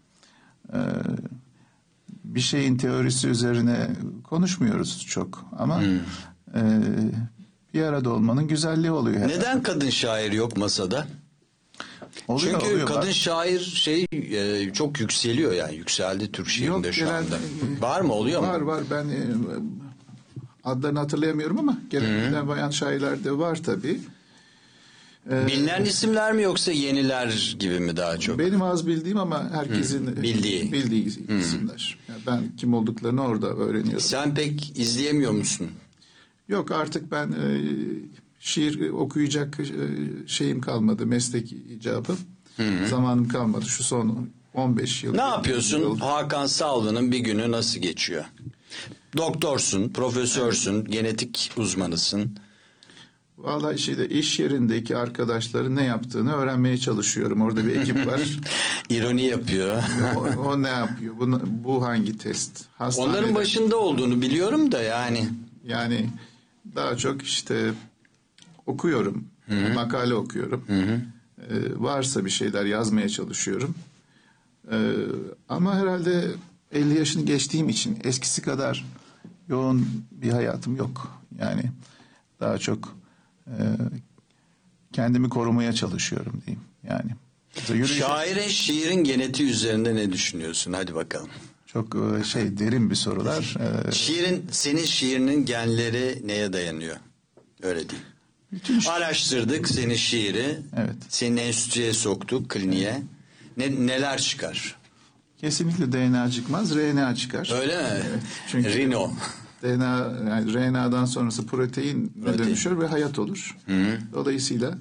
Bir şeyin teorisi üzerine konuşmuyoruz çok ama bir arada olmanın güzelliği oluyor. Neden kadın şair yok masada? Çünkü kadın şair çok yükseliyor yani, yükseldi Türk şiirinde şu anda. Var mı, oluyor mu? Var ben adlarını hatırlayamıyorum ama genellikle bayan şairler de var tabii. Bilinen isimler mi yoksa yeniler gibi mi daha çok? Benim az bildiğim ama herkesin bildiği isimler. Yani ben kim olduklarını orada öğreniyorum. Sen pek izleyemiyor musun? Yok, artık ben şiir okuyacak şeyim kalmadı, meslek icabı. Zamanım kalmadı şu son 15 yıl. Ne yapıyorsun? Hakan Sallı'nın bir günü nasıl geçiyor? Doktorsun, profesörsün, genetik uzmanısın. Vallahi iş yerindeki arkadaşların ne yaptığını öğrenmeye çalışıyorum. Orada bir ekip var. İroni yapıyor. o ne yapıyor? Bu hangi test? Hastanede. Onların başında olduğunu biliyorum da yani. Yani daha çok okuyorum. Makale okuyorum. Varsa bir şeyler yazmaya çalışıyorum. Ama herhalde 50 yaşını geçtiğim için eskisi kadar yoğun bir hayatım yok. Yani daha çok kendimi korumaya çalışıyorum diyeyim. Yani şiirin genetiği üzerinde ne düşünüyorsun? Hadi bakalım. Çok derin bir sorular. Senin şiirinin genleri neye dayanıyor? Öyle değil. Araştırdık senin şiiri. Evet. Senin enstitüye soktuk, kliniğe. Neler çıkar? Kesinlikle DNA çıkmaz, RNA çıkar. Öyle mi? Evet. Çünkü Rino. DNA, yani RNA'dan sonrası protein dönüşür ve hayat olur. Dolayısıyla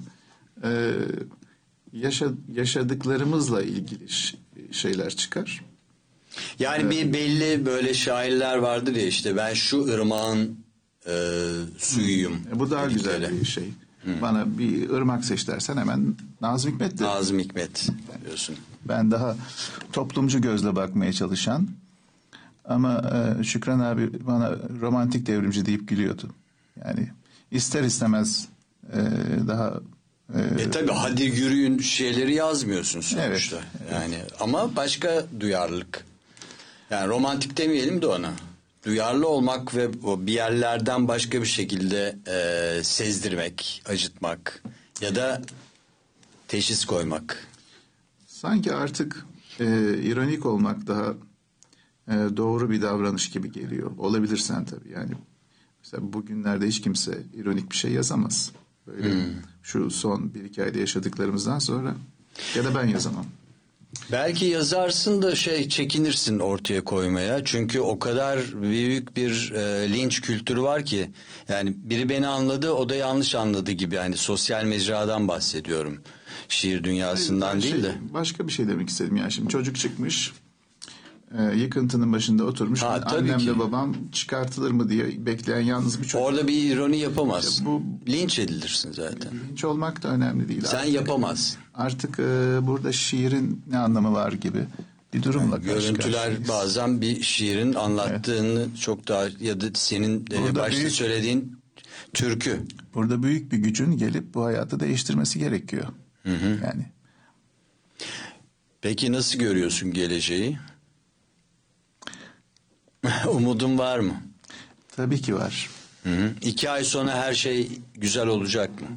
yaşadıklarımızla ilgili şeyler çıkar. Yani bir belli böyle şairler vardır ya, işte ben şu ırmağın suyuyum. Bu daha güzel bir şey. Bana bir ırmak seç dersen hemen Nazım Hikmet derim. Nazım Hikmet diyorsun. Ben daha toplumcu gözle bakmaya çalışan, ama Şükran abi bana romantik devrimci deyip gülüyordu. Yani ister istemez daha... Tabii hadi yürüyün şeyleri yazmıyorsun sonuçta. Evet. Yani ama başka duyarlılık. Yani romantik demeyelim de ona. Duyarlı olmak ve bir yerlerden başka bir şekilde sezdirmek, acıtmak ya da teşhis koymak. Sanki artık ironik olmak daha doğru bir davranış gibi geliyor. Olabilirsen tabii. Yani mesela bugünlerde hiç kimse ironik bir şey yazamaz. Böyle şu son 1-2 ayda yaşadıklarımızdan sonra, ya da ben yazamam. Belki yazarsın da çekinirsin ortaya koymaya. Çünkü o kadar büyük bir linç kültürü var ki. Yani biri beni anladı, o da yanlış anladı gibi. Yani sosyal mecradan bahsediyorum. Şiir dünyasından değil de. Başka bir şey demek istedim ya. Şimdi çocuk çıkmış, yıkıntının başında oturmuş. Annemle babam çıkartılır mı diye bekleyen yalnız bir çocuk. Orada bir ironi yapamazsın. İşte bu linç edilirsin zaten. Linç olmak da önemli değil. Sen yapamazsın. Artık burada şiirin ne anlamı var gibi bir durumla görüntüler bazen bir şiirin anlattığını çok daha, ya da senin başta söylediğin Türkü. Burada büyük bir gücün gelip bu hayatı değiştirmesi gerekiyor. Yani Peki nasıl görüyorsun geleceği? Umudun var mı? tabii ki var. 2 ay sonra her şey güzel olacak mı?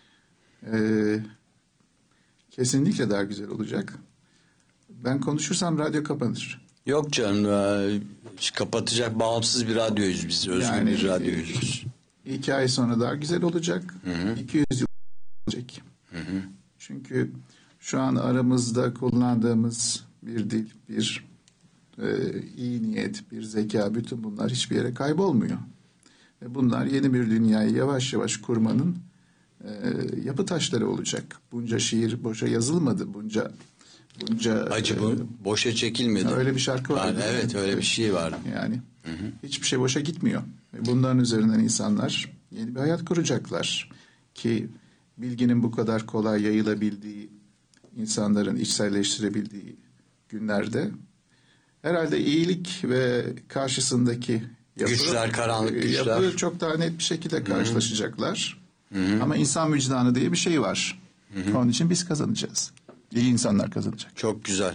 Kesinlikle daha güzel olacak. Ben konuşursam radyo kapanır. Yok canım, kapatacak bağımsız bir radyoyuz biz. Özgür Yani, bir radyoyuz. 2 ay sonra daha güzel olacak. 200 yıl olacak. Çünkü şu an aramızda kullandığımız bir dil, bir iyi niyet, bir zeka, bütün bunlar hiçbir yere kaybolmuyor. Ve bunlar yeni bir dünyayı yavaş yavaş kurmanın yapı taşları olacak. Bunca şiir boşa yazılmadı. Bunca Acı bu boşa çekilmedi. öyle bir şarkı var. Yani, evet, öyle bir şey vardı. Yani hiçbir şey boşa gitmiyor. Ve bunların üzerinden insanlar yeni bir hayat kuracaklar. Ki bilginin bu kadar kolay yayılabildiği, insanların içselleştirebildiği günlerde herhalde iyilik ve karşısındaki Güçler, karanlık güçler. Yapı çok daha net bir şekilde karşılaşacaklar. Ama insan vicdanı diye bir şey var. Onun için biz kazanacağız. İyi insanlar kazanacak. Çok güzel.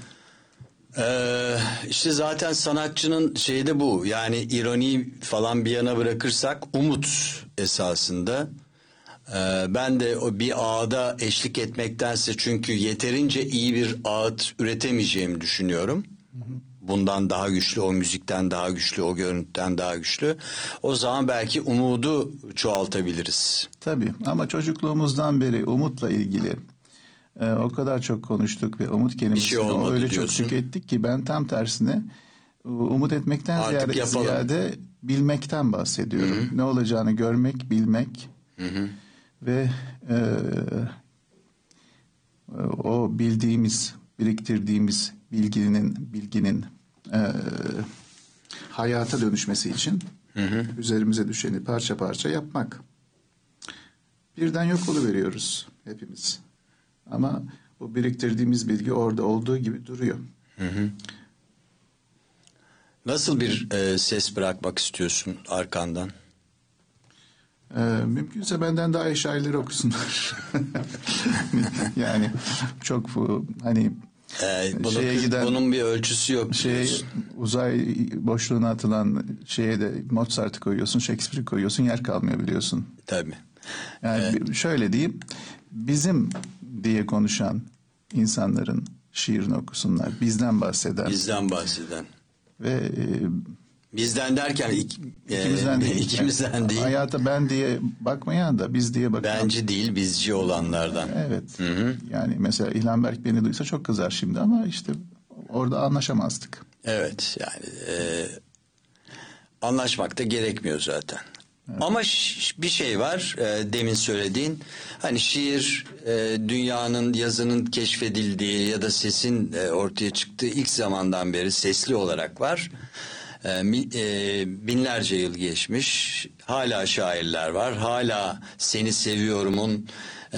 İşte zaten sanatçının şeyi de bu. Yani ironi falan bir yana bırakırsak umut esasında. Ben de o bir ağda eşlik etmektense, çünkü yeterince iyi bir ağıt üretemeyeceğimi düşünüyorum. Bundan daha güçlü, o müzikten daha güçlü, o görüntüden daha güçlü. O zaman belki umudu çoğaltabiliriz. Tabii, ama çocukluğumuzdan beri umutla ilgili o kadar çok konuştuk ve umut kelimesini olmadı öyle diyorsun. çok tükettik ki ben tam tersine umut etmekten Artık ziyade bilmekten bahsediyorum. Ne olacağını görmek, bilmek ve o bildiğimiz, biriktirdiğimiz bilginin hayata dönüşmesi için üzerimize düşeni parça parça yapmak. Birden yok oluveriyoruz hepimiz. Ama bu biriktirdiğimiz bilgi orada olduğu gibi duruyor. Nasıl bir ses bırakmak istiyorsun arkandan? Mümkünse benden daha iyi şairleri okusunlar. Yani çok hani Bunun bir ölçüsü yok. Uzay boşluğuna atılan şeye de Mozart'ı koyuyorsun, Shakespeare'i koyuyorsun, yer kalmıyor biliyorsun. Tabii. Yani şöyle diyeyim, bizim diye konuşan insanların şiirini okusunlar, bizden bahseden. Bizden bahseden. Ve bizden derken ikimizden değil. ikimizden değil. Hayata ben diye bakmayan da biz diye bakan. Bence değil, bizci olanlardan. Evet. Yani mesela İlhan Berk beni duysa çok kızar şimdi ama işte orada anlaşamazdık. Evet, yani anlaşmak da gerekmiyor zaten. Evet. Ama bir şey var, demin söylediğin, hani şiir dünyanın, yazının keşfedildiği ya da sesin ortaya çıktığı ilk zamandan beri sesli olarak var. Binlerce yıl geçmiş, hala şairler var, hala Seni Seviyorum'un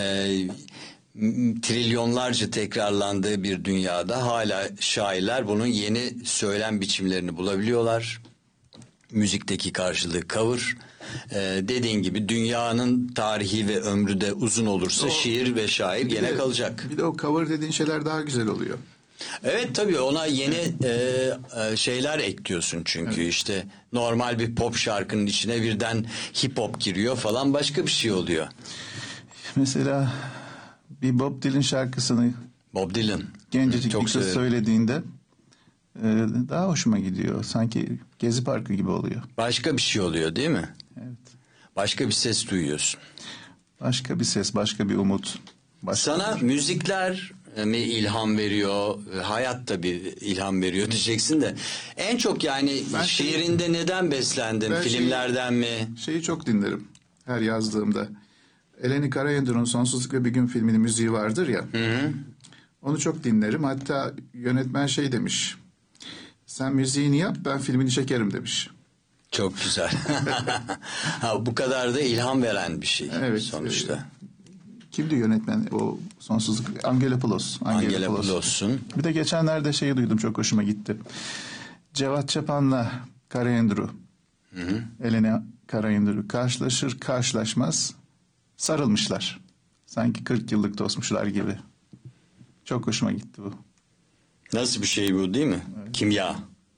trilyonlarca tekrarlandığı bir dünyada hala şairler bunun yeni söylem biçimlerini bulabiliyorlar. Müzikteki karşılığı cover. Dediğin gibi dünyanın tarihi ve ömrü de uzun olursa şiir ve şair gene kalacak. Bir de o cover dediğin şeyler daha güzel oluyor. Evet, tabii ona yeni şeyler ekliyorsun çünkü işte normal bir pop şarkının içine birden hip hop giriyor falan, başka bir şey oluyor. Mesela bir Bob Dylan şarkısını Bob Dylan gencecik çok bir kız söylediğinde daha hoşuma gidiyor. Sanki Gezi Parkı gibi oluyor. Başka bir şey oluyor değil mi? Evet. Başka bir ses duyuyorsun. Başka bir ses, başka bir umut. Sana müzikler mi ilham veriyor, hayat da bir ilham veriyor diyeceksin de en çok yani şiirinde neden beslendin, filmlerden mi? Şeyi çok dinlerim her yazdığımda. Eleni Karayendir'in Sonsuzluk ve Bir Gün filminin müziği vardır ya. Onu çok dinlerim. Hatta yönetmen şey demiş. Sen müziğini yap, ben filmini çekerim demiş. Çok güzel. Bu kadar da ilham veren bir şey sonuçta. Kimdi yönetmen o Sonsuzluk? Angelopoulos. Angelopoulos'un. Bir de geçenlerde şeyi duydum, çok hoşuma gitti. Cevat Çapan'la Karayendru. Eleni Karahinduru karşılaşır karşılaşmaz sarılmışlar. Sanki 40 yıllık dostmuşlar gibi. Çok hoşuma gitti bu. Nasıl bir şey bu, değil mi? Evet. Kimya.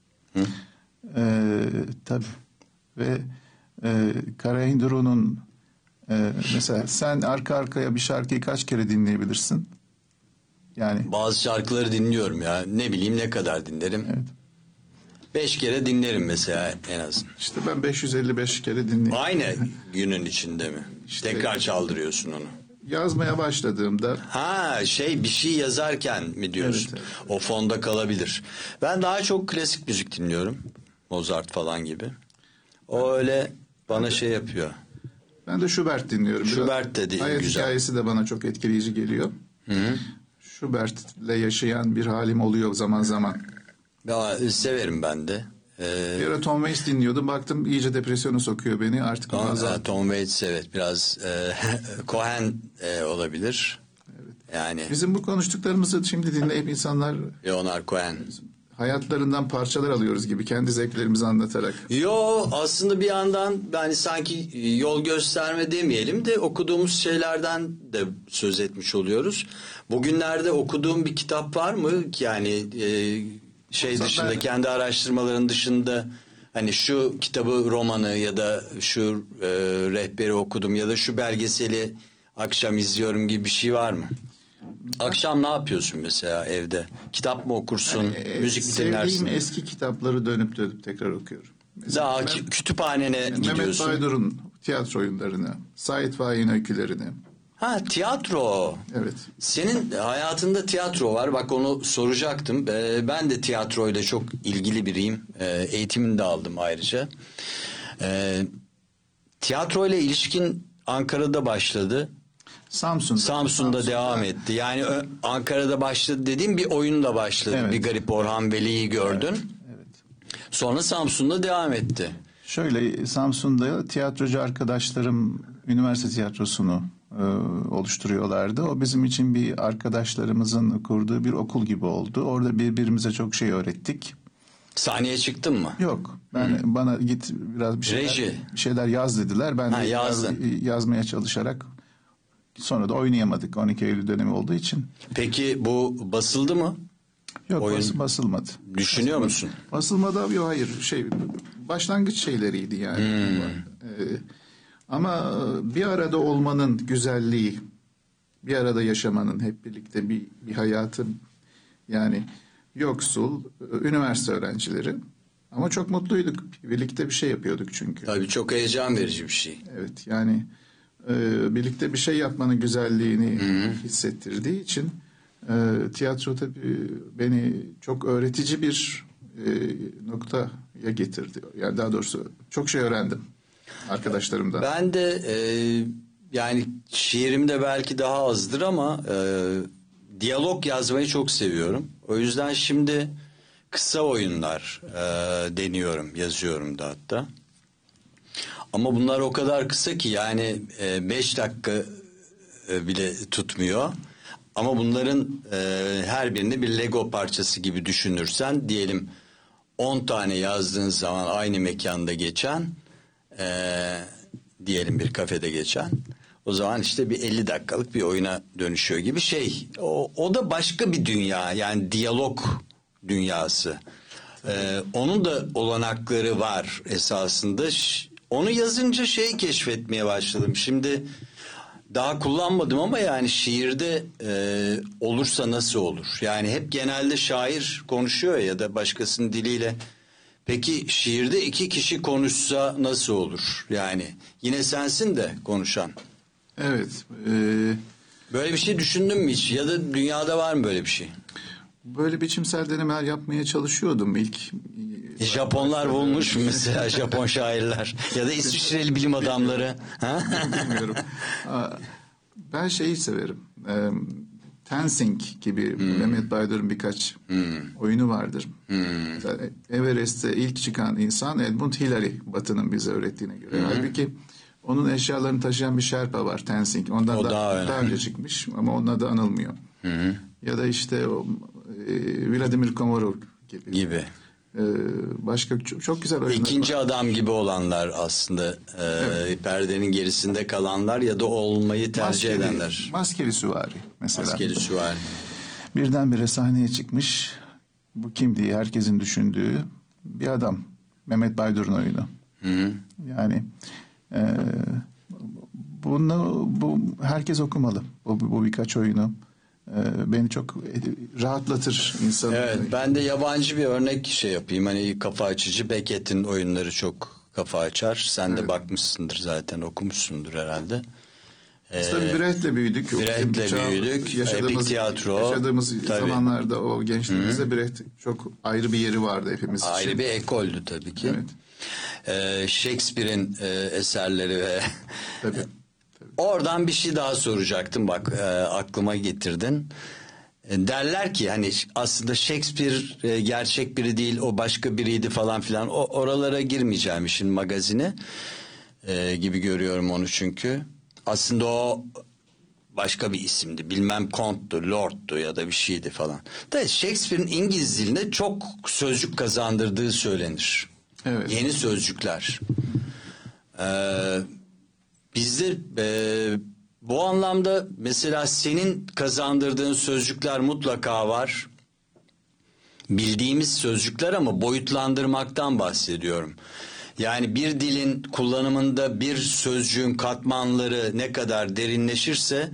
Tabii. Ve Karahinduru'nun mesela sen arka arkaya bir şarkıyı kaç kere dinleyebilirsin? Yani bazı şarkıları dinliyorum ya. Ne bileyim ne kadar dinlerim. Evet. 5 kere dinlerim mesela en az. İşte ben 555 kere dinledim. Aynı günün içinde mi? İşte, tekrar çaldırıyorsun onu. Yazmaya başladığımda. Bir şey yazarken mi diyorsun? Evet, evet. O fonda kalabilir. Ben daha çok klasik müzik dinliyorum. Mozart falan gibi. O öyle bana şey yapıyor. Ben de Schubert dinliyorum. Schubert de değil, hayat güzel. hikayesi de bana çok etkileyici geliyor. Hı-hı. Schubert'le yaşayan bir halim oluyor zaman zaman. Ya, severim ben de. Bir ara Tom Waits dinliyordum. Baktım iyice depresyona sokuyor beni. Artık Tom Waits evet biraz Cohen olabilir. Evet. Yani bizim bu konuştuklarımızı şimdi dinleyip insanlar Leonard Cohen hayatlarından parçalar alıyoruz gibi kendi zevklerimizi anlatarak. Yo, aslında bir yandan yani sanki yol gösterme demeyelim de okuduğumuz şeylerden de söz etmiş oluyoruz. Bugünlerde okuduğum bir kitap var mı? Yani dışında, kendi araştırmaların dışında hani şu kitabı, romanı ya da şu rehberi okudum ya da şu belgeseli akşam izliyorum gibi bir şey var mı? Akşam ne yapıyorsun mesela evde? Kitap mı okursun? Müzik mi dinlersin? Sevdiğim eski kitapları dönüp tekrar okuyorum. Mesela daha kütüphanene gidiyorsun. Mehmet Baydur'un tiyatro oyunlarını, Sait Faik'in öykülerini. Ha, tiyatro. Evet. Senin hayatında tiyatro var. Bak onu soracaktım. Ben de tiyatroyla çok ilgili biriyim. Eğitimini de aldım ayrıca. Tiyatroyla ilişkin Ankara'da başladı. Samsun'da devam etti. Yani Ankara'da başladı dediğim bir oyunla başladı. Evet. Bir Garip Orhan Veli'yi gördün. Evet. Sonra Samsun'da devam etti. Şöyle, Samsun'da tiyatrocu arkadaşlarım üniversite tiyatrosunu oluşturuyorlardı. O bizim için bir arkadaşlarımızın kurduğu bir okul gibi oldu. Orada birbirimize çok şey öğrettik. Sahneye çıktın mı? Yok. Bana git biraz bir şeyler yaz dediler. Ben de yazmaya çalışarak sonra da oynayamadık 12 Eylül dönemi olduğu için. Peki bu basıldı mı? Yok, basılmadı. Düşünüyor musun? Basılmadı. Yok, hayır. Başlangıç şeyleriydi yani. Ama bir arada olmanın güzelliği, bir arada yaşamanın, hep birlikte bir hayatı, yani yoksul üniversite öğrencileri ama çok mutluyduk. Birlikte bir şey yapıyorduk çünkü. Tabii çok heyecan verici bir şey. Evet, yani birlikte bir şey yapmanın güzelliğini hissettirdiği için tiyatro tabii beni çok öğretici bir noktaya getirdi. Yani daha doğrusu çok şey öğrendim arkadaşlarımdan. Ben de yani şiirimde belki daha azdır ama diyalog yazmayı çok seviyorum. O yüzden şimdi kısa oyunlar deniyorum, yazıyorum da hatta. Ama bunlar o kadar kısa ki yani 5 dakika bile tutmuyor. Ama bunların her birini bir Lego parçası gibi düşünürsen diyelim 10 tane yazdığın zaman aynı mekanda geçen, diyelim bir kafede geçen, o zaman işte bir 50 dakikalık bir oyuna dönüşüyor gibi şey. O da başka bir dünya, yani diyalog dünyası. Onun da olanakları var esasında. Onu yazınca keşfetmeye başladım. Şimdi daha kullanmadım ama yani şiirde olursa nasıl olur? Yani hep genelde şair konuşuyor ya da başkasının diliyle. Peki şiirde 2 kişi konuşsa nasıl olur? Yani yine sensin de konuşan. Evet. Böyle bir şey düşündün mü hiç? Ya da dünyada var mı böyle bir şey? Böyle biçimsel denemeler yapmaya çalışıyordum ilk. Japonlar bulmuş mu mesela, Japon şairler ya da İsviçreli bilim adamları? Bilmiyorum. Ben şeyi severim. Tensing gibi Mehmet Baydur'un birkaç oyunu vardır. Everest'te ilk çıkan insan Edmund Hillary, Batı'nın bize öğrettiğine göre. Halbuki onun eşyalarını taşıyan bir Sherpa var, Tensing. Ondan daha önce çıkmış ama onun adı anılmıyor. Ya da işte Vladimir Komorov gibi. Başka çok güzel oyunlar İkinci var. adam gibi olanlar aslında perdenin gerisinde kalanlar ya da olmayı tercih edenler. Maskeli süvari mesela. Maskeli süvari. Birdenbire sahneye çıkmış. Bu kim diye herkesin düşündüğü bir adam. Mehmet Baydur'un oyunu. Hı. Yani bu herkes okumalı. Bu birkaç oyunu beni çok rahatlatır insanı. Evet, ben de yabancı bir örnek şey yapayım. Hani kafa açıcı, Beckett'in oyunları çok kafa açar. Sen de bakmışsındır zaten, okumuşsundur herhalde. Tabii Brecht'le büyüdük. Brecht'le büyüdük. Epik tiyatro. Yaşadığımız tabii. zamanlarda o gençliğimizde Brecht çok ayrı bir yeri vardı hepimiz için. Ayrı bir ekoldü tabii ki. Evet. Shakespeare'in eserleri ve Tabii. oradan bir şey daha soracaktım, bak aklıma getirdin. Derler ki hani aslında Shakespeare gerçek biri değil, o başka biriydi falan filan. Oralara girmeyeceğim, işin magazini gibi görüyorum onu çünkü. Aslında o başka bir isimdi. Bilmem konttu, lordtu ya da bir şeydi falan. Da Shakespeare'in İngiliz diline çok sözcük kazandırdığı söylenir. Evet. Yeni sözcükler. Bizde bu anlamda mesela senin kazandırdığın sözcükler mutlaka var. Bildiğimiz sözcükler ama boyutlandırmaktan bahsediyorum. Yani bir dilin kullanımında bir sözcüğün katmanları ne kadar derinleşirse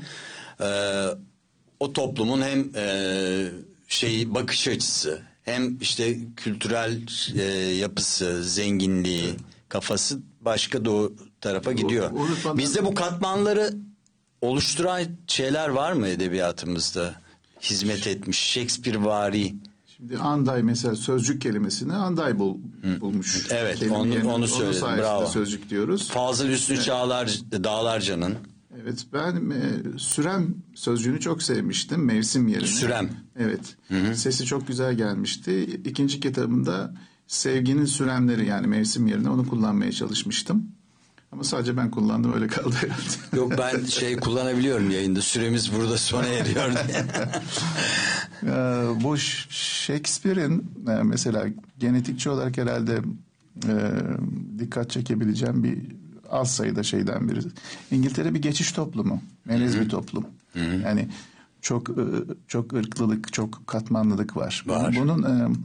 o toplumun hem bakış açısı hem işte kültürel yapısı, zenginliği, kafası başka tarafa gidiyor. Bizde bu katmanları oluşturan şeyler var mı edebiyatımızda? Hizmet etmiş Shakespearevari. Şimdi anday mesela sözcük kelimesini anday bulmuş. Evet, Kelimenin onu söyledim. Bravo. Sözcük diyoruz. Fazıl Hüsnü Dağlarca'nın. Evet, ben sürem sözcüğünü çok sevmiştim mevsim yerine. Sürem. Evet. Hı-hı. Sesi çok güzel gelmişti. İkinci kitabımda sevginin süremleri, yani mevsim yerine onu kullanmaya çalışmıştım. Ama sadece ben kullandım, öyle kaldı herhalde. Yok, ben kullanabiliyorum yayında. Süremiz burada sona eriyor diye. Bu Shakespeare'in mesela genetikçi olarak herhalde dikkat çekebileceğim bir az sayıda şeyden biri. İngiltere bir geçiş toplumu. Melez bir toplum. Hı-hı. Yani çok ırklılık, çok katmanlılık var. Bunun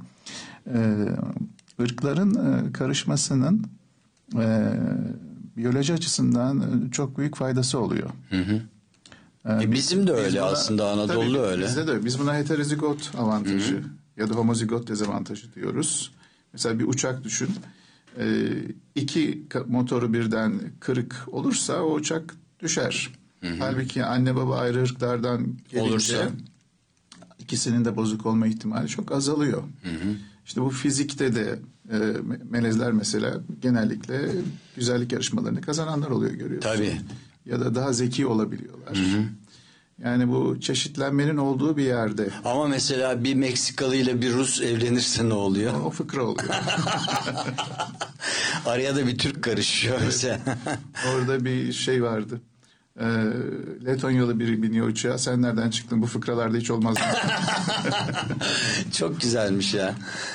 ırkların karışmasının biyoloji açısından çok büyük faydası oluyor. Hı hı. Bizim de öyle aslında, Anadolu öyle. Bizde de biz buna heterozigot avantajı, hı-hı, ya da homozigot dezavantajı diyoruz. Mesela bir uçak düşün. 2 motoru birden kırık olursa o uçak düşer. Hı-hı. Halbuki anne baba ayrı ırklardan gelince ikisinin de bozuk olma ihtimali çok azalıyor. Hı-hı. İşte bu fizikte de melezler mesela genellikle güzellik yarışmalarını kazananlar oluyor, görüyorsun. Tabii. Ya da daha zeki olabiliyorlar. Hı hı. Yani bu çeşitlenmenin olduğu bir yerde. Ama mesela bir Meksikalı ile bir Rus evlenirse ne oluyor? O fıkra oluyor. Araya da bir Türk karışıyor mesela. Orada bir şey vardı. Letonyalı biri biniyor uçağa. Sen nereden çıktın? Bu fıkralarda hiç olmaz mı? Çok güzelmiş ya.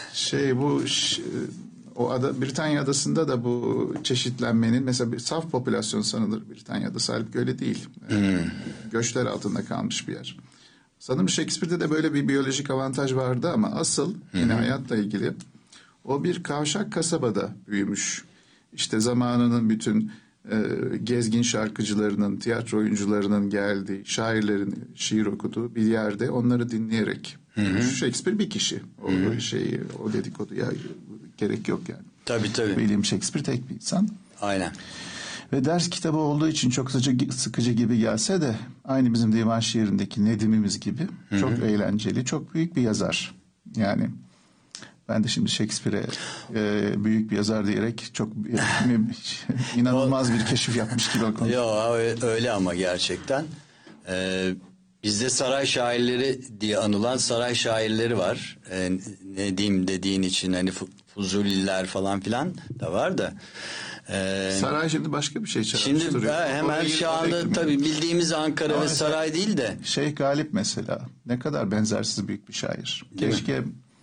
Britanya adasında da bu çeşitlenmenin mesela bir saf popülasyon sanılır Britanya adası. Halbuki öyle değil. Göçler altında kalmış bir yer. Sanırım Shakespeare'de de böyle bir biyolojik avantaj vardı ama asıl yine hayatla ilgili o bir kavşak kasabada büyümüş. İşte zamanının bütün gezgin şarkıcılarının, tiyatro oyuncularının geldiği, şairlerin şiir okuduğu bir yerde onları dinleyerek. Shakespeare bir kişi. O dedikoduya gerek yok yani. Tabii. William Shakespeare tek bir insan. Aynen. Ve ders kitabı olduğu için çok sıkıcı gibi gelse de aynı bizim divan şiirindeki Nedim'imiz gibi çok eğlenceli, çok büyük bir yazar. Yani ben de şimdi Shakespeare'e büyük bir yazar diyerek çok inanılmaz bir keşif yapmış gibi okudum. Yok, öyle ama gerçekten. Bizde saray şairleri diye anılan saray şairleri var. Nedim dediğin için hani Fuzuliler falan filan da var da. Saray şimdi başka bir şey çağrıştırıyor. Şimdi hemen şu anda tabii bildiğimiz Ankara ve saray değil de. Şeyh Galip mesela ne kadar benzersiz büyük bir şair. Değil Keşke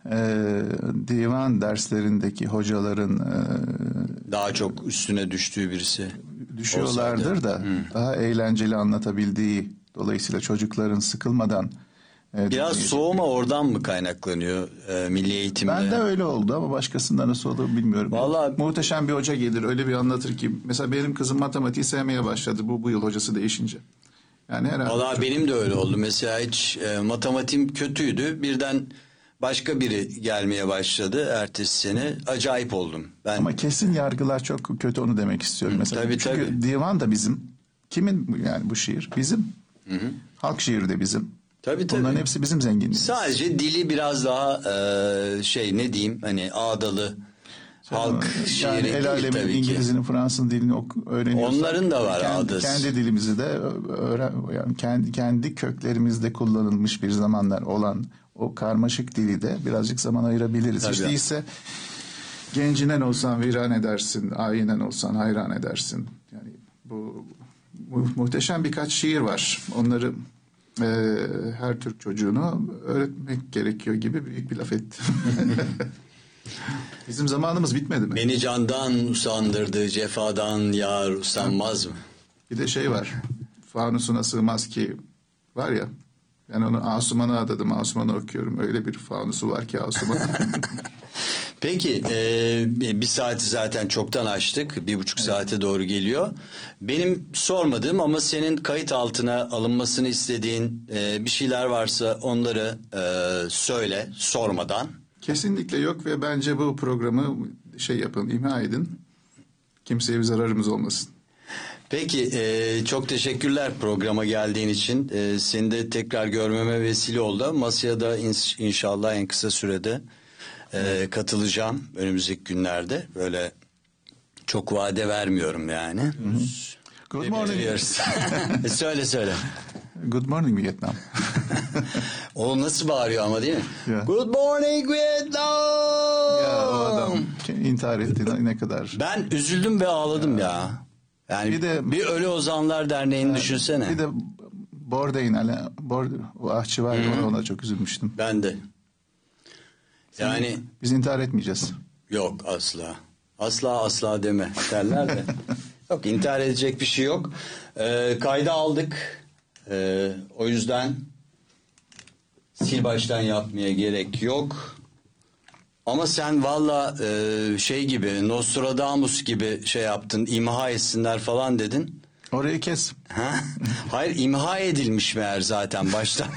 divan derslerindeki hocaların Daha çok üstüne düştüğü birisi. düşüyorlardır olsaydı. da daha eğlenceli anlatabildiği, dolayısıyla çocukların sıkılmadan Biraz soğuma oradan mı kaynaklanıyor milli eğitimde? ben de öyle oldu ama başkasında nasıl olur bilmiyorum. Vallahi- Muhteşem bir hoca gelir öyle bir anlatır ki mesela benim kızım matematiği sevmeye başladı bu yıl hocası değişince. Yani herhalde Valla benim de öyle oldu. Mesela hiç matematiğim kötüydü. Birden başka biri gelmeye başladı ertesi sene. Acayip oldum. Ben ama kesin yargılar çok kötü onu demek istiyorum. Mesela tabii, çünkü tabii. divan da bizim. Kimin yani bu şiir? Bizim. Halk şiiri de bizim. Tabii. Bunların hepsi bizim zenginliğimiz. Sadece dili biraz daha ne diyeyim hani ağdalı halk şiiri yani değil el alemin tabii ki. İngiliz'in, Fransızın dilini öğreniyorsak. Onların da var ağdası. Kendi dilimizi de yani kendi köklerimizde kullanılmış bir zamanlar olan o karmaşık dili de birazcık zaman ayırabiliriz. Tabii. Hiç değilse gencinen olsan viran edersin, ayinen olsan hayran edersin. Yani bu muhteşem birkaç şiir var. Onları her Türk çocuğunu öğretmek gerekiyor gibi büyük bir laf ettim. Bizim zamanımız bitmedi mi? Beni candan usandırdı cefadan yar usanmaz mı? Bir de şey var. Fanusuna sığmaz ki var ya. Ben onu Asuman'a adadım. Asuman'ı okuyorum. Öyle bir fanusu var ki Asuman. Peki bir saati zaten çoktan açtık. 1,5 saate doğru geliyor. Benim sormadığım ama senin kayıt altına alınmasını istediğin bir şeyler varsa onları söyle sormadan. Kesinlikle yok ve bence bu programı yapın, imha edin. Kimseye bir zararımız olmasın. Peki çok teşekkürler programa geldiğin için. Seni de tekrar görmeme vesile oldu. Masaya da inşallah en kısa sürede katılacağım önümüzdeki günlerde. Böyle çok vade vermiyorum yani. Good morning. Biliyoruz. söyle. Good morning Vietnam. O nasıl bağırıyor ama değil mi? Yeah. Good morning Vietnam. Ya o adam intihar etti ne kadar. Ben üzüldüm ve ağladım ya. Yani bir Ölü Ozanlar Derneği'ni düşünsene. Bir de Bourdain, o ahçı var ya ona çok üzülmüştüm. Ben de. Yani Biz intihar etmeyeceğiz. yok asla. Asla deme derler de. Yok intihar edecek bir şey yok. Kayda aldık. O yüzden sil baştan yapmaya gerek yok. Ama sen valla gibi Nostradamus gibi yaptın, imha etsinler falan dedin. Orayı kes. Ha? Hayır imha edilmiş meğer zaten baştan.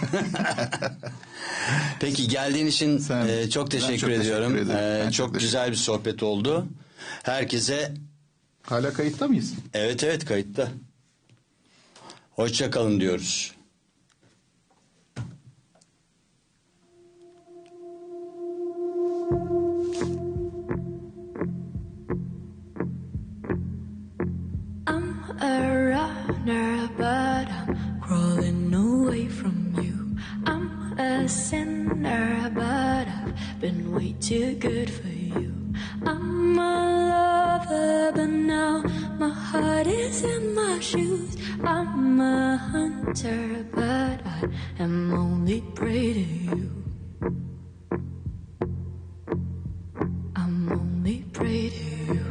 Peki geldiğin için çok teşekkür ediyorum. Çok güzel bir sohbet oldu. Herkese Hala kayıtta mıyız? evet kayıtta. Hoşça kalın diyoruz. A runner, but I'm crawling away from you. I'm a sinner, but I've been way too good for you. I'm a lover, but now my heart is in my shoes. I'm a hunter, but I am only prey to you. I'm only prey to you.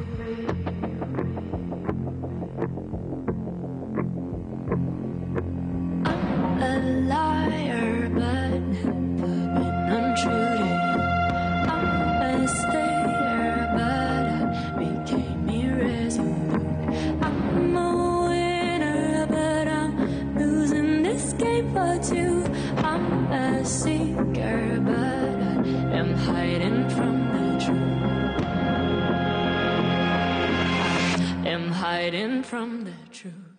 A liar, but never been untrue to you. I'm a stayer, but I became irresolute. I'm a winner, but I'm losing this game for two. I'm a seeker, but I am hiding from the truth. I am hiding from the truth.